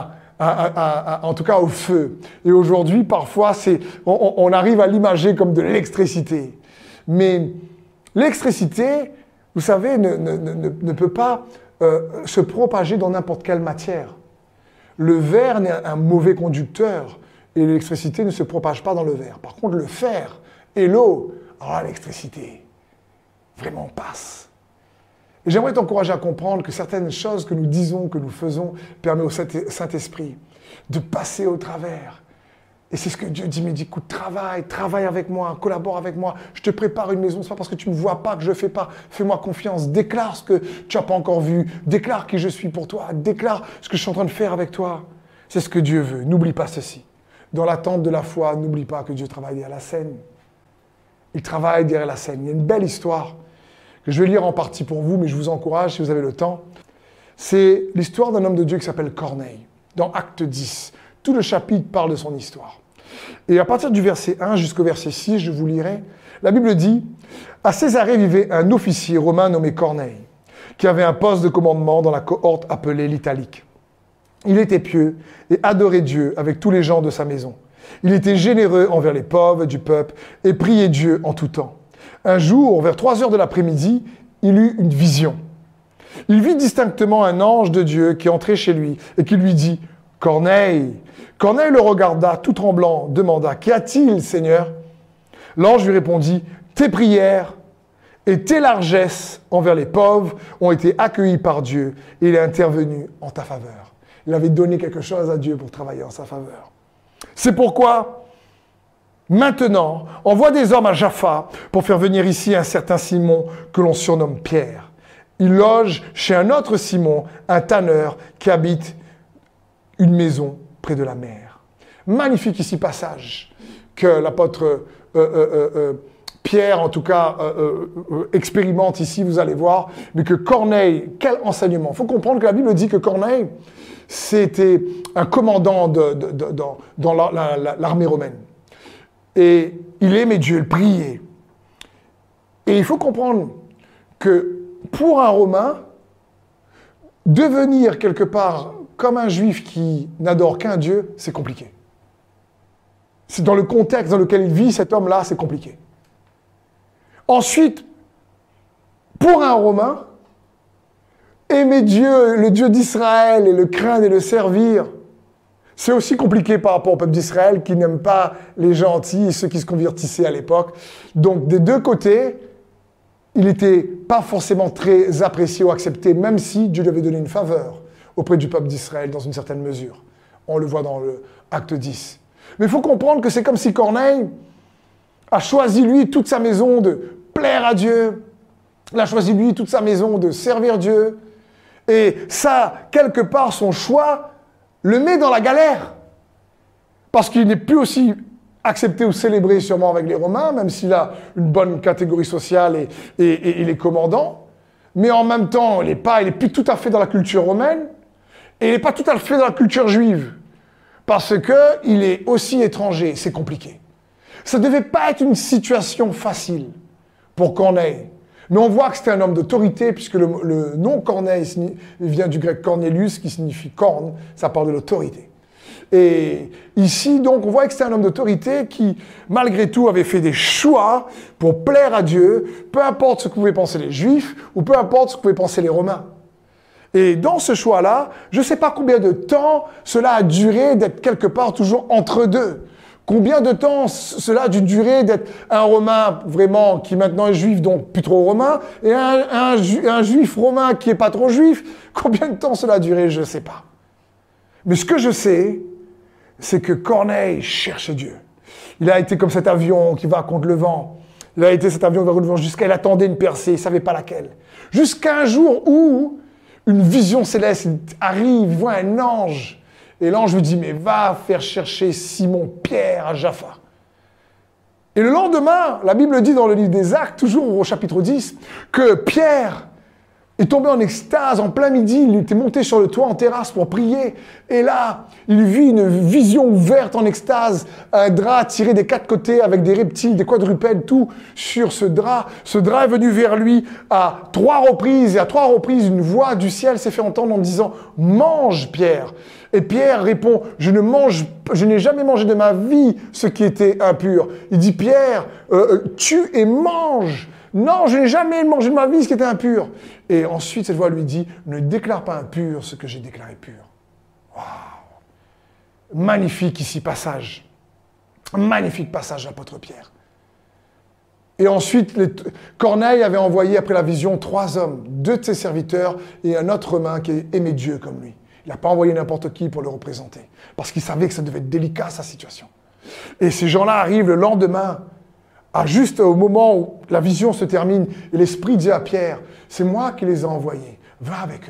en tout cas au feu. Et aujourd'hui, parfois, on arrive à l'imager comme de l'électricité. Mais l'électricité, vous savez, ne peut pas se propager dans n'importe quelle matière. Le verre est un mauvais conducteur et l'électricité ne se propage pas dans le verre. Par contre, le fer et l'eau, alors l'électricité, vraiment passe. Et j'aimerais t'encourager à comprendre que certaines choses que nous disons, que nous faisons, permettent au Saint-Esprit de passer au travers. Et c'est ce que Dieu dit, mais il dit, écoute, travaille avec moi, collabore avec moi, je te prépare une maison, ce n'est pas parce que tu ne me vois pas que je ne fais pas, fais-moi confiance, déclare ce que tu n'as pas encore vu, déclare qui je suis pour toi, déclare ce que je suis en train de faire avec toi. C'est ce que Dieu veut, n'oublie pas ceci. Dans l'attente de la foi, n'oublie pas que Dieu travaille derrière la scène. Il travaille derrière la scène. Il y a une belle histoire que je vais lire en partie pour vous, mais je vous encourage si vous avez le temps. C'est l'histoire d'un homme de Dieu qui s'appelle Corneille, dans Acte 10. Tout le chapitre parle de son histoire. Et à partir du verset 1 jusqu'au verset 6, je vous lirai, la Bible dit « À Césarée vivait un officier romain nommé Corneille, qui avait un poste de commandement dans la cohorte appelée l'Italique. Il était pieux et adorait Dieu avec tous les gens de sa maison. Il était généreux envers les pauvres du peuple et priait Dieu en tout temps. Un jour, vers 3 heures de l'après-midi, il eut une vision. Il vit distinctement un ange de Dieu qui entrait chez lui et qui lui dit « Corneille !» Corneille le regarda, tout tremblant, demanda « Qu'y a-t-il, Seigneur ?» L'ange lui répondit « Tes prières et tes largesses envers les pauvres ont été accueillies par Dieu et il est intervenu en ta faveur. » Il avait donné quelque chose à Dieu pour travailler en sa faveur. C'est pourquoi, maintenant, envoie des hommes à Jaffa pour faire venir ici un certain Simon que l'on surnomme Pierre. Il loge chez un autre Simon, un tanneur qui habite une maison près de la mer. Magnifique ici passage que l'apôtre Pierre, en tout cas, expérimente ici, vous allez voir, mais que Corneille, quel enseignement. Il faut comprendre que la Bible dit que Corneille, c'était un commandant dans l'armée romaine. Et il aimait Dieu, il priait. Et il faut comprendre que pour un Romain, devenir quelque part comme un Juif qui n'adore qu'un Dieu, c'est compliqué. C'est dans le contexte dans lequel il vit, cet homme-là, c'est compliqué. Ensuite, pour un Romain, aimer Dieu, le Dieu d'Israël, et le craindre et le servir, c'est aussi compliqué par rapport au peuple d'Israël qui n'aime pas les gentils et ceux qui se convertissaient à l'époque. Donc, des deux côtés, il n'était pas forcément très apprécié ou accepté, même si Dieu lui avait donné une faveur auprès du peuple d'Israël dans une certaine mesure. On le voit dans le Acte 10. Mais il faut comprendre que c'est comme si Corneille a choisi, lui, toute sa maison de plaire à Dieu. Il a choisi, lui, toute sa maison de servir Dieu. Et ça, quelque part, son choix le met dans la galère. Parce qu'il n'est plus aussi accepté ou célébré sûrement avec les Romains, même s'il a une bonne catégorie sociale et il est commandant. Mais en même temps, il n'est plus tout à fait dans la culture romaine et il n'est pas tout à fait dans la culture juive. Parce qu'il est aussi étranger, c'est compliqué. Ça ne devait pas être une situation facile pour Corneille. Mais on voit que c'était un homme d'autorité, puisque le nom Corneille vient du grec Cornelius, qui signifie corne, ça parle de l'autorité. Et ici, donc, on voit que c'était un homme d'autorité qui, malgré tout, avait fait des choix pour plaire à Dieu, peu importe ce que pouvaient penser les Juifs, ou peu importe ce que pouvaient penser les Romains. Et dans ce choix-là, je ne sais pas combien de temps cela a duré d'être quelque part toujours entre deux. Combien de temps cela a dû durer d'être un Romain vraiment qui maintenant est juif, donc plus trop romain, et un juif romain qui n'est pas trop juif? Combien de temps cela a duré? Je ne sais pas. Mais ce que je sais, c'est que Corneille cherchait Dieu. Il a été comme cet avion qui va contre le vent. Il a été cet avion qui va contre le vent jusqu'à il attendait une percée, il ne savait pas laquelle. Jusqu'à un jour où une vision céleste arrive, il voit un ange. Et l'ange lui dit, mais va faire chercher Simon-Pierre à Jaffa. Et le lendemain, la Bible dit dans le livre des Actes, toujours au chapitre 10, que Pierre est tombé en extase en plein midi. Il était monté sur le toit en terrasse pour prier. Et là, il vit une vision ouverte en extase, un drap tiré des quatre côtés avec des reptiles, des quadrupèdes, tout sur ce drap. Ce drap est venu vers lui à 3 reprises. Et à 3 reprises, une voix du ciel s'est fait entendre en disant « Mange, Pierre !» Et Pierre répond, je n'ai jamais mangé de ma vie ce qui était impur. Il dit, Pierre, tue et mange. Non, je n'ai jamais mangé de ma vie ce qui était impur. Et ensuite, cette voix lui dit, ne déclare pas impur ce que j'ai déclaré pur. Waouh! Magnifique ici passage. Magnifique passage, l'apôtre Pierre. Et ensuite, Corneille avait envoyé, après la vision, 3 hommes, 2 de ses serviteurs et un autre Romain qui aimait Dieu comme lui. Il n'a pas envoyé n'importe qui pour le représenter, parce qu'il savait que ça devait être délicat, sa situation. Et ces gens-là arrivent le lendemain, juste au moment où la vision se termine, et l'Esprit dit à Pierre, c'est moi qui les ai envoyés, va avec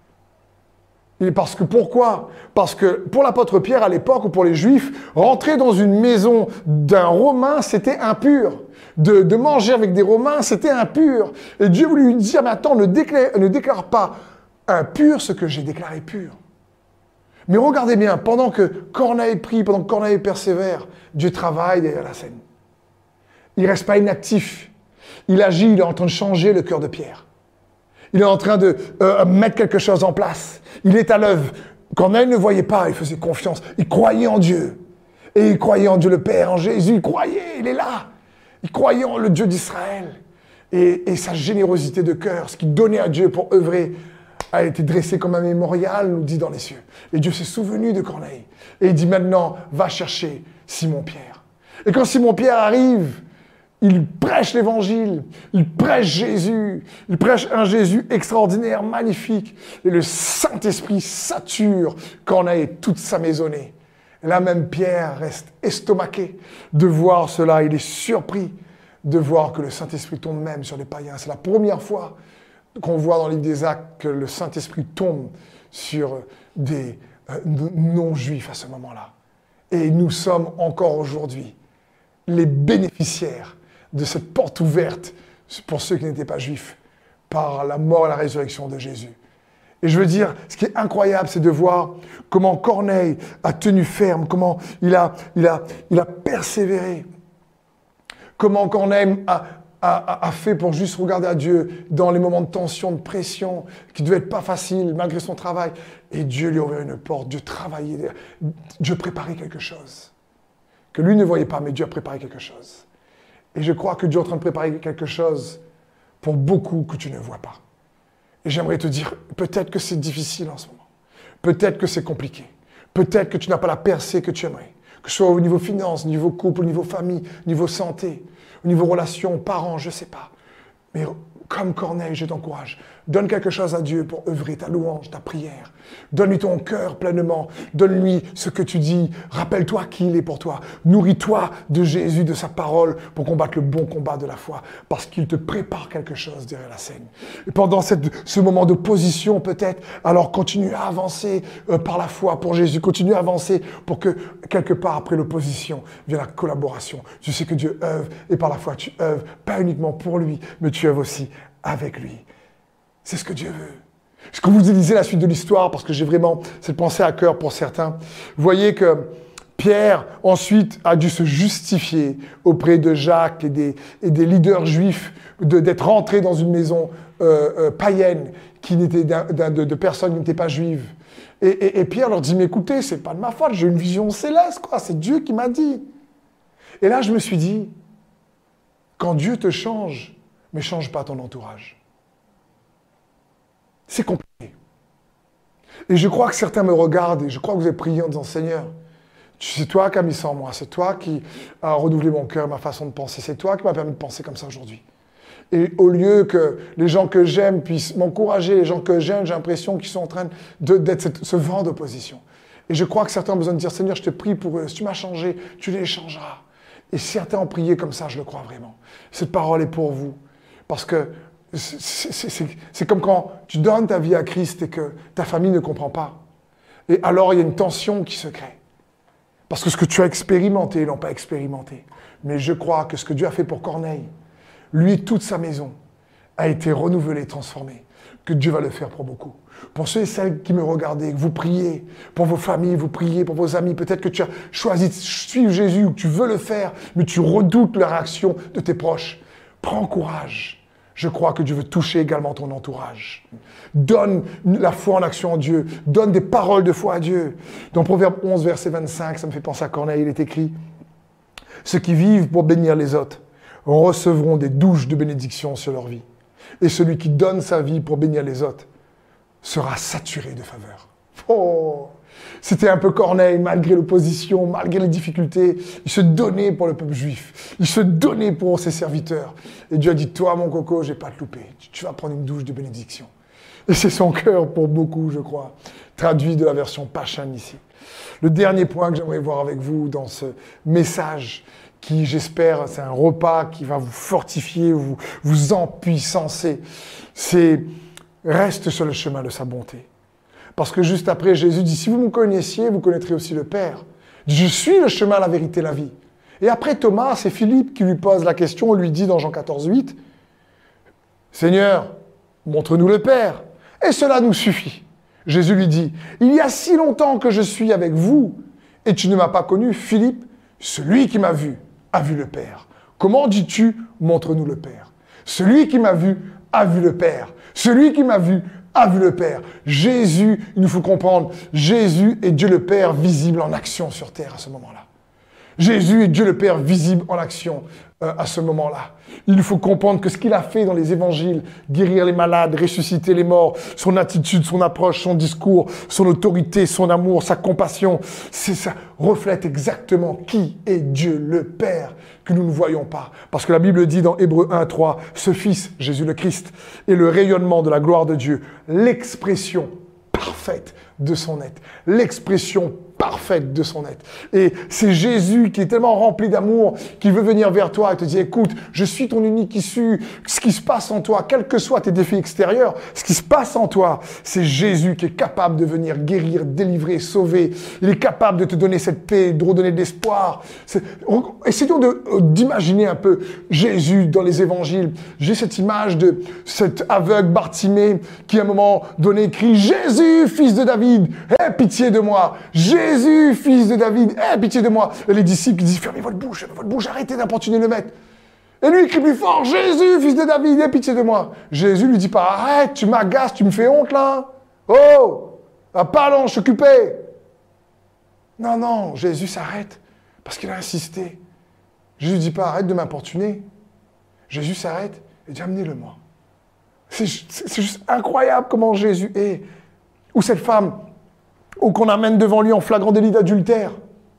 eux. Et parce que pourquoi? Parce que pour l'apôtre Pierre à l'époque, ou pour les Juifs, rentrer dans une maison d'un Romain, c'était impur. De manger avec des Romains, c'était impur. Et Dieu voulait lui dire, mais attends, ne déclare pas impur ce que j'ai déclaré pur. Mais regardez bien, pendant que Corneille prie, pendant que Corneille persévère, Dieu travaille derrière la scène. Il ne reste pas inactif. Il agit, il est en train de changer le cœur de Pierre. Il est en train de mettre quelque chose en place. Il est à l'œuvre. Corneille ne voyait pas, il faisait confiance. Il croyait en Dieu. Et il croyait en Dieu le Père, en Jésus. Il croyait, il est là. Il croyait en le Dieu d'Israël. Et sa générosité de cœur, ce qu'il donnait à Dieu pour œuvrer, a été dressé comme un mémorial, nous dit dans les cieux. Et Dieu s'est souvenu de Corneille. Et il dit maintenant, va chercher Simon-Pierre. Et quand Simon-Pierre arrive, il prêche l'évangile, il prêche Jésus, il prêche un Jésus extraordinaire, magnifique. Et le Saint-Esprit sature Corneille et toute sa maisonnée. Et là même Pierre reste estomaqué de voir cela. Il est surpris de voir que le Saint-Esprit tombe même sur les païens. C'est la première fois qu'on voit dans le livre des Actes que le Saint-Esprit tombe sur des non-juifs à ce moment-là. Et nous sommes encore aujourd'hui les bénéficiaires de cette porte ouverte pour ceux qui n'étaient pas juifs par la mort et la résurrection de Jésus. Et je veux dire, ce qui est incroyable, c'est de voir comment Corneille a tenu ferme, comment il a persévéré, comment Corneille a fait pour juste regarder à Dieu dans les moments de tension, de pression, qui ne devaient être pas faciles malgré son travail. Et Dieu lui a ouvert une porte, Dieu travaillait, Dieu préparait quelque chose. Que lui ne voyait pas, mais Dieu a préparé quelque chose. Et je crois que Dieu est en train de préparer quelque chose pour beaucoup que tu ne vois pas. Et j'aimerais te dire, peut-être que c'est difficile en ce moment. Peut-être que c'est compliqué. Peut-être que tu n'as pas la percée que tu aimerais. Que ce soit au niveau finance, au niveau couple, au niveau famille, au niveau santé, au niveau relations, parents, je ne sais pas. Mais comme Corneille, je t'encourage. Donne quelque chose à Dieu pour œuvrer ta louange, ta prière. Donne-lui ton cœur pleinement. Donne-lui ce que tu dis. Rappelle-toi qui il est pour toi. Nourris-toi de Jésus, de sa parole, pour combattre le bon combat de la foi. Parce qu'il te prépare quelque chose derrière la scène. Et pendant ce moment d'opposition, peut-être, alors continue à avancer par la foi pour Jésus. Continue à avancer pour que, quelque part après l'opposition, vienne la collaboration. Tu sais que Dieu œuvre, et par la foi, tu œuvres, pas uniquement pour lui, mais tu œuvres aussi avec lui. C'est ce que Dieu veut. Est-ce que vous lisez la suite de l'histoire, parce que j'ai vraiment cette pensée à cœur pour certains. Vous voyez que Pierre, ensuite, a dû se justifier auprès de Jacques et des leaders juifs d'être rentré dans une maison païenne qui n'était de personnes qui n'étaient pas juives. Et Pierre leur dit, mais écoutez, c'est pas de ma faute, j'ai une vision céleste, quoi. C'est Dieu qui m'a dit. Et là, je me suis dit, quand Dieu te change, mais change pas ton entourage. C'est compliqué. Et je crois que certains me regardent et je crois que vous avez prié en disant, Seigneur, c'est toi qui as mis ça en moi, c'est toi qui as renouvelé mon cœur, ma façon de penser, c'est toi qui m'as permis de penser comme ça aujourd'hui. Et au lieu que les gens que j'aime puissent m'encourager, les gens que j'aime, j'ai l'impression qu'ils sont en train d'être ce vent d'opposition. Et je crois que certains ont besoin de dire, Seigneur, je te prie pour eux, si tu m'as changé, tu les changeras. Et certains ont prié comme ça, je le crois vraiment. Cette parole est pour vous. Parce que c'est comme quand tu donnes ta vie à Christ et que ta famille ne comprend pas. Et alors, il y a une tension qui se crée. Parce que ce que tu as expérimenté, ils n'ont pas expérimenté. Mais je crois que ce que Dieu a fait pour Corneille, lui et toute sa maison, a été renouvelé, transformé. Que Dieu va le faire pour beaucoup. Pour ceux et celles qui me regardaient, que vous priez, pour vos familles, vous priez, pour vos amis, peut-être que tu as choisi de suivre Jésus ou que tu veux le faire, mais tu redoutes la réaction de tes proches. Prends courage. Je crois que Dieu veut toucher également ton entourage. Donne la foi en action en Dieu. Donne des paroles de foi à Dieu. Dans Proverbe 11, verset 25, ça me fait penser à Corneille, il est écrit « Ceux qui vivent pour bénir les autres recevront des douches de bénédiction sur leur vie. Et celui qui donne sa vie pour bénir les autres sera saturé de faveur. » Oh, c'était un peu Corneille, malgré l'opposition, malgré les difficultés. Il se donnait pour le peuple juif. Il se donnait pour ses serviteurs. Et Dieu a dit, toi, mon coco, je ne vais pas te louper. Tu vas prendre une douche de bénédiction. Et c'est son cœur pour beaucoup, je crois. Traduit de la version Pachan ici. Le dernier point que j'aimerais voir avec vous dans ce message, qui, j'espère, c'est un repas qui va vous fortifier, vous empuissancer, c'est reste sur le chemin de sa bonté. Parce que juste après, Jésus dit, si vous me connaissiez, vous connaîtrez aussi le Père. Je suis le chemin, la vérité, la vie. Et après Thomas, c'est Philippe qui lui pose la question, lui dit dans Jean 14, 8, Seigneur, montre-nous le Père, et cela nous suffit. Jésus lui dit, il y a si longtemps que je suis avec vous, et tu ne m'as pas connu, Philippe, celui qui m'a vu a vu le Père. Comment dis-tu, montre-nous le Père? Celui qui m'a vu a vu le Père. Celui qui m'a vu a vu le Père. Jésus, il nous faut comprendre, Jésus est Dieu le Père visible en action sur terre à ce moment-là. Jésus est Dieu le Père visible en action à ce moment-là. Il faut comprendre que ce qu'il a fait dans les évangiles, guérir les malades, ressusciter les morts, son attitude, son approche, son discours, son autorité, son amour, sa compassion, ça reflète exactement qui est Dieu le Père que nous ne voyons pas. Parce que la Bible dit dans Hébreux 1, 3, ce Fils, Jésus le Christ, est le rayonnement de la gloire de Dieu, l'expression parfaite de son être, l'expression parfaite de son être. Et c'est Jésus qui est tellement rempli d'amour qu'il veut venir vers toi et te dire, écoute, je suis ton unique issue, ce qui se passe en toi, quels que soient tes défis extérieurs, ce qui se passe en toi, c'est Jésus qui est capable de venir guérir, délivrer, sauver. Il est capable de te donner cette paix, de redonner de l'espoir. Essayons d'imaginer un peu Jésus dans les évangiles. J'ai cette image de cet aveugle Bartimée qui à un moment donné crie, Jésus, fils de David, aie pitié de moi. Jésus, fils de David, aie pitié de moi. Et les disciples disent, fermez votre bouche, arrêtez d'importuner le maître. Et lui, il crie plus fort, Jésus, fils de David, aie pitié de moi. Jésus lui dit pas, arrête, tu m'agaces, tu me fais honte là. Oh, pardon, je suis occupé. Non, Jésus s'arrête parce qu'il a insisté. Jésus ne dit pas, arrête de m'importuner. Jésus s'arrête et dit, amenez-le-moi. C'est juste incroyable comment Jésus est. Ou cette femme, ou qu'on amène devant lui en flagrant délit d'adultère.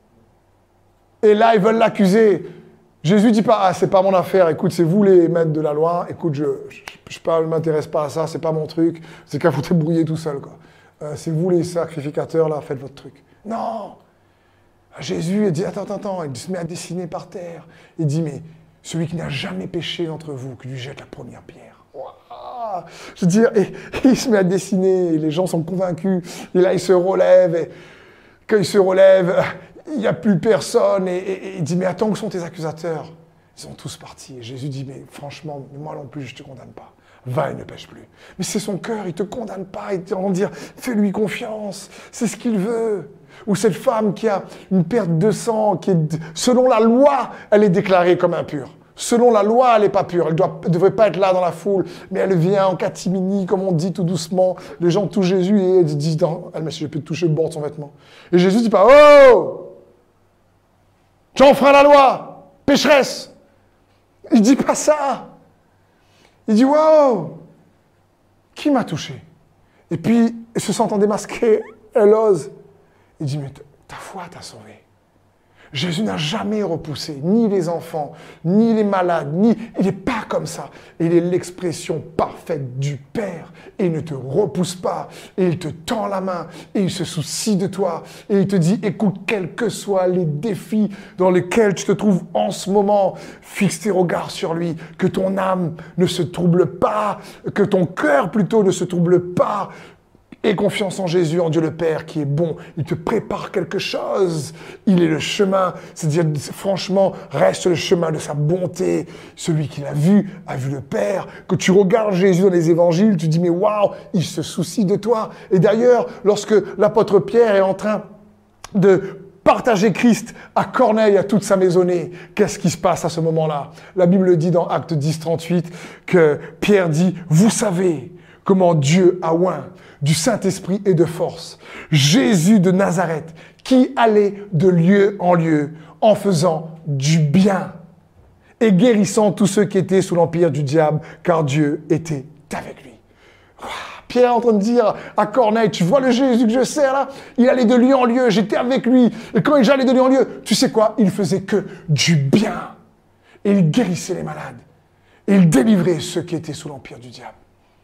Et là, ils veulent l'accuser. Jésus dit pas, ah, c'est pas mon affaire, écoute, c'est vous les maîtres de la loi, écoute, je ne m'intéresse pas à ça, c'est pas mon truc, c'est qu'à vous débrouiller tout seul, quoi. C'est vous les sacrificateurs, là, faites votre truc. Non! Jésus, il dit, attends, il se met à dessiner par terre. Il dit, mais celui qui n'a jamais péché d'entre vous, qui lui jette la première pierre. Wow. Je veux dire, et il se met à dessiner, et les gens sont convaincus, et là, il se relève, et quand il se relève, il n'y a plus personne, et il dit, mais attends, où sont tes accusateurs? Ils sont tous partis. Et Jésus dit, mais franchement, moi non plus, je ne te condamne pas. Va et ne pêche plus. Mais c'est son cœur, il ne te condamne pas, il te rend dire, fais-lui confiance, c'est ce qu'il veut. Ou cette femme qui a une perte de sang, qui est, selon la loi, elle est déclarée comme impure. Selon la loi, elle n'est pas pure. Elle ne devrait pas être là dans la foule, mais elle vient en catimini, comme on dit tout doucement. Les gens touchent Jésus et elle dit, elle met, je peux te toucher le bord de son vêtement. Et Jésus ne dit pas, oh, tu enfreins la loi, pécheresse. Il ne dit pas ça. Il dit, wow, qui m'a touché? Et puis, se sentant démasqué, elle ose. Il dit, mais ta foi t'a sauvé. Jésus n'a jamais repoussé ni les enfants, ni les malades, il n'est pas comme ça. Il est l'expression parfaite du Père. Et il ne te repousse pas. Et il te tend la main. Et il se soucie de toi. Et il te dit, écoute, quels que soient les défis dans lesquels tu te trouves en ce moment, fixe tes regards sur lui. Que ton âme ne se trouble pas. Que ton cœur plutôt ne se trouble pas. Aie confiance en Jésus, en Dieu le Père, qui est bon. Il te prépare quelque chose. Il est le chemin. C'est-à-dire, franchement, reste le chemin de sa bonté. Celui qui l'a vu, a vu le Père. Que tu regardes Jésus dans les évangiles, tu dis, mais waouh, il se soucie de toi. Et d'ailleurs, lorsque l'apôtre Pierre est en train de partager Christ à Corneille, à toute sa maisonnée, qu'est-ce qui se passe à ce moment-là? La Bible dit dans Actes 10, 38 que Pierre dit, vous savez comment Dieu a oint du Saint-Esprit et de force Jésus de Nazareth, qui allait de lieu en lieu en faisant du bien et guérissant tous ceux qui étaient sous l'empire du diable, car Dieu était avec lui. Pierre est en train de dire à Corneille, tu vois le Jésus que je sers là? Il allait de lieu en lieu, j'étais avec lui. Et quand j'allais de lieu en lieu, tu sais quoi? Il faisait que du bien. Et il guérissait les malades. Et il délivrait ceux qui étaient sous l'empire du diable.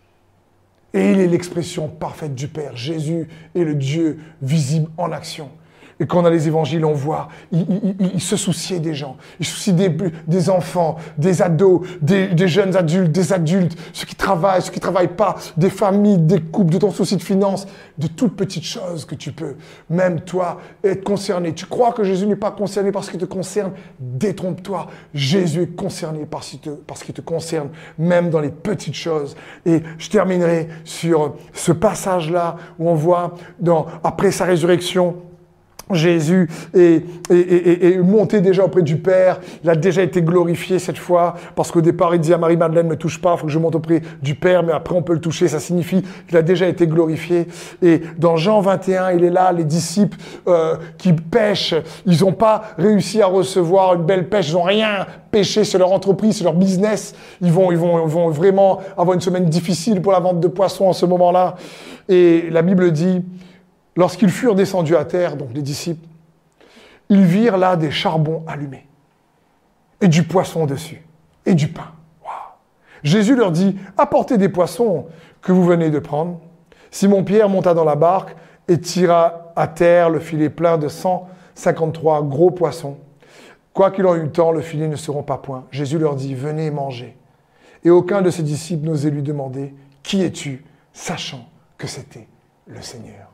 Et il est l'expression parfaite du Père. Jésus est le Dieu visible en action. Et quand on a les évangiles, on voit, il se souciait des gens. Il se souciait des enfants, des ados, des jeunes adultes, ceux qui travaillent pas, des familles, des couples, de ton souci de finances, de toutes petites choses que tu peux, même toi, être concerné. Tu crois que Jésus n'est pas concerné par ce qui te concerne? Détrompe-toi. Jésus est concerné par ce qui te concerne, même dans les petites choses. Et je terminerai sur ce passage-là où on voit, après sa résurrection, Jésus est monté déjà auprès du Père. Il a déjà été glorifié cette fois, parce qu'au départ, il dit à Marie-Madeleine, ne me touche pas, il faut que je monte auprès du Père, mais après on peut le toucher, ça signifie qu'il a déjà été glorifié. Et dans Jean 21, il est là, les disciples qui pêchent, ils n'ont pas réussi à recevoir une belle pêche, ils n'ont rien pêché, c'est leur entreprise, c'est leur business. Ils vont vraiment avoir une semaine difficile pour la vente de poissons en ce moment-là. Et la Bible dit, lorsqu'ils furent descendus à terre, donc les disciples, ils virent là des charbons allumés et du poisson dessus et du pain. Wow. Jésus leur dit, apportez des poissons que vous venez de prendre. Simon-Pierre monta dans la barque et tira à terre le filet plein de 153 gros poissons. Quoi qu'il en eût tant, le filet ne se rompa point. Jésus leur dit, venez manger. Et aucun de ses disciples n'osait lui demander, qui es-tu, sachant que c'était le Seigneur.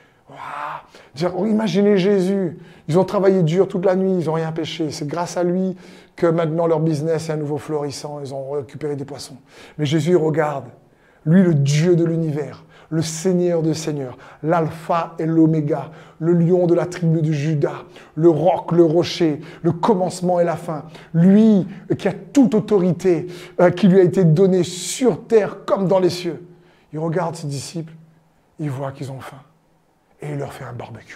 Wow. Imaginez Jésus, ils ont travaillé dur toute la nuit, ils n'ont rien pêché. C'est grâce à lui que maintenant leur business est à nouveau florissant, ils ont récupéré des poissons. Mais Jésus regarde, lui le Dieu de l'univers, le Seigneur des Seigneurs, l'alpha et l'oméga, le lion de la tribu de Juda, le roc, le rocher, le commencement et la fin. Lui qui a toute autorité qui lui a été donnée sur terre comme dans les cieux. Il regarde ses disciples, il voit qu'ils ont faim. Et il leur fait un barbecue.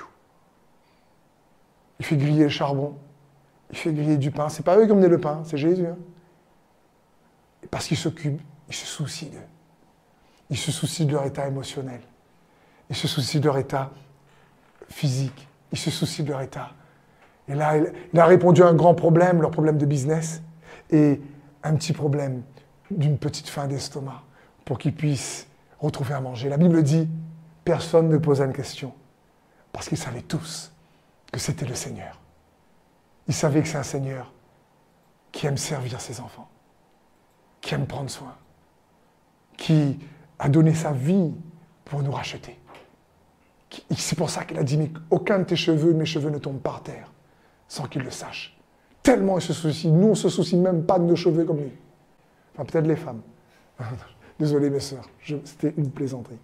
Il fait griller le charbon. Il fait griller du pain. Ce n'est pas eux qui ont mené le pain, c'est Jésus. Hein. Parce qu'il s'occupe, il se soucie d'eux. Il se soucie de leur état émotionnel. Il se soucie de leur état physique. Il se soucie de leur état. Et là, il a répondu à un grand problème, leur problème de business, et un petit problème d'une petite faim d'estomac, pour qu'ils puissent retrouver à manger. La Bible dit, personne ne posa une question, parce qu'ils savaient tous que c'était le Seigneur. Ils savaient que c'est un Seigneur qui aime servir ses enfants, qui aime prendre soin, qui a donné sa vie pour nous racheter. C'est pour ça qu'il a dit, mais aucun de tes cheveux, mes cheveux ne tombent par terre, sans qu'il le sache. Tellement il se soucie. Nous, on ne se soucie même pas de nos cheveux comme lui. Enfin, peut-être les femmes. Désolé, mes sœurs, c'était une plaisanterie.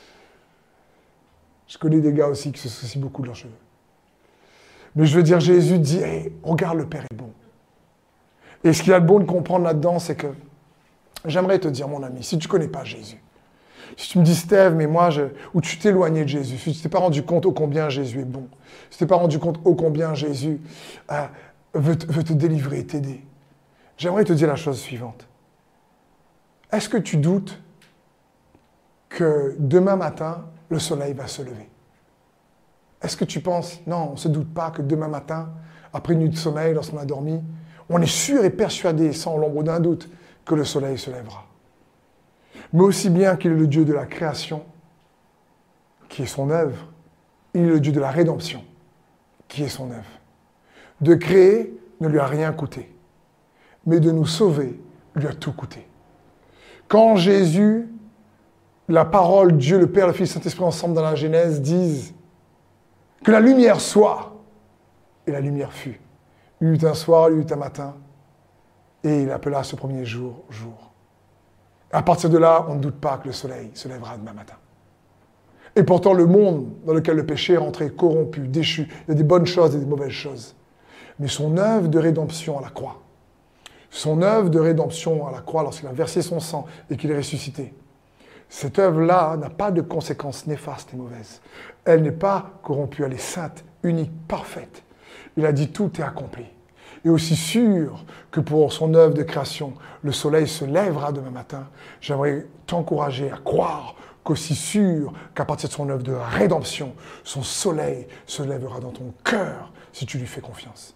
Je connais des gars aussi qui se soucient beaucoup de leurs cheveux. Mais je veux dire, Jésus dit, hey, regarde, le Père est bon. Et ce qu'il y a de bon de comprendre là-dedans, c'est que j'aimerais te dire, mon ami, si tu ne connais pas Jésus, si tu me dis, Steve, mais moi, ou tu t'es éloigné de Jésus, si tu ne t'es pas rendu compte ô combien Jésus est bon, si tu ne t'es pas rendu compte ô combien Jésus veut te délivrer, t'aider, j'aimerais te dire la chose suivante. Est-ce que tu doutes que demain matin, le soleil va se lever? Est-ce que tu penses, non, on ne se doute pas que demain matin, après une nuit de sommeil, lorsqu'on a dormi, on est sûr et persuadé, sans l'ombre d'un doute, que le soleil se lèvera. Mais aussi bien qu'il est le Dieu de la création, qui est son œuvre, il est le Dieu de la rédemption, qui est son œuvre. De créer ne lui a rien coûté, mais de nous sauver lui a tout coûté. Quand Jésus, la parole, Dieu, le Père, le Fils, le Saint-Esprit ensemble dans la Genèse disent que la lumière soit, et la lumière fut. Il y eut un soir, il y eut un matin, et il appela ce premier jour, jour. À partir de là, on ne doute pas que le soleil se lèvera demain matin. Et pourtant, le monde dans lequel le péché est rentré, corrompu, déchu, il y a des bonnes choses et des mauvaises choses. Mais son œuvre de rédemption à la croix, son œuvre de rédemption à la croix lorsqu'il a versé son sang et qu'il est ressuscité, cette œuvre-là n'a pas de conséquences néfastes et mauvaises. Elle n'est pas corrompue, elle est sainte, unique, parfaite. Il a dit tout est accompli. Et aussi sûr que pour son œuvre de création, le soleil se lèvera demain matin, j'aimerais t'encourager à croire qu'aussi sûr qu'à partir de son œuvre de rédemption, son soleil se lèvera dans ton cœur si tu lui fais confiance.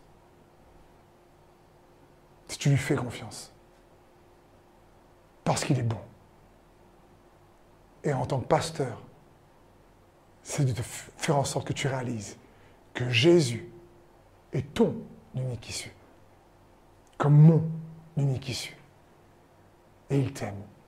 Si tu lui fais confiance. Parce qu'il est bon. Et en tant que pasteur, c'est de te faire en sorte que tu réalises que Jésus est ton unique issue, comme mon unique issue. Et il t'aime.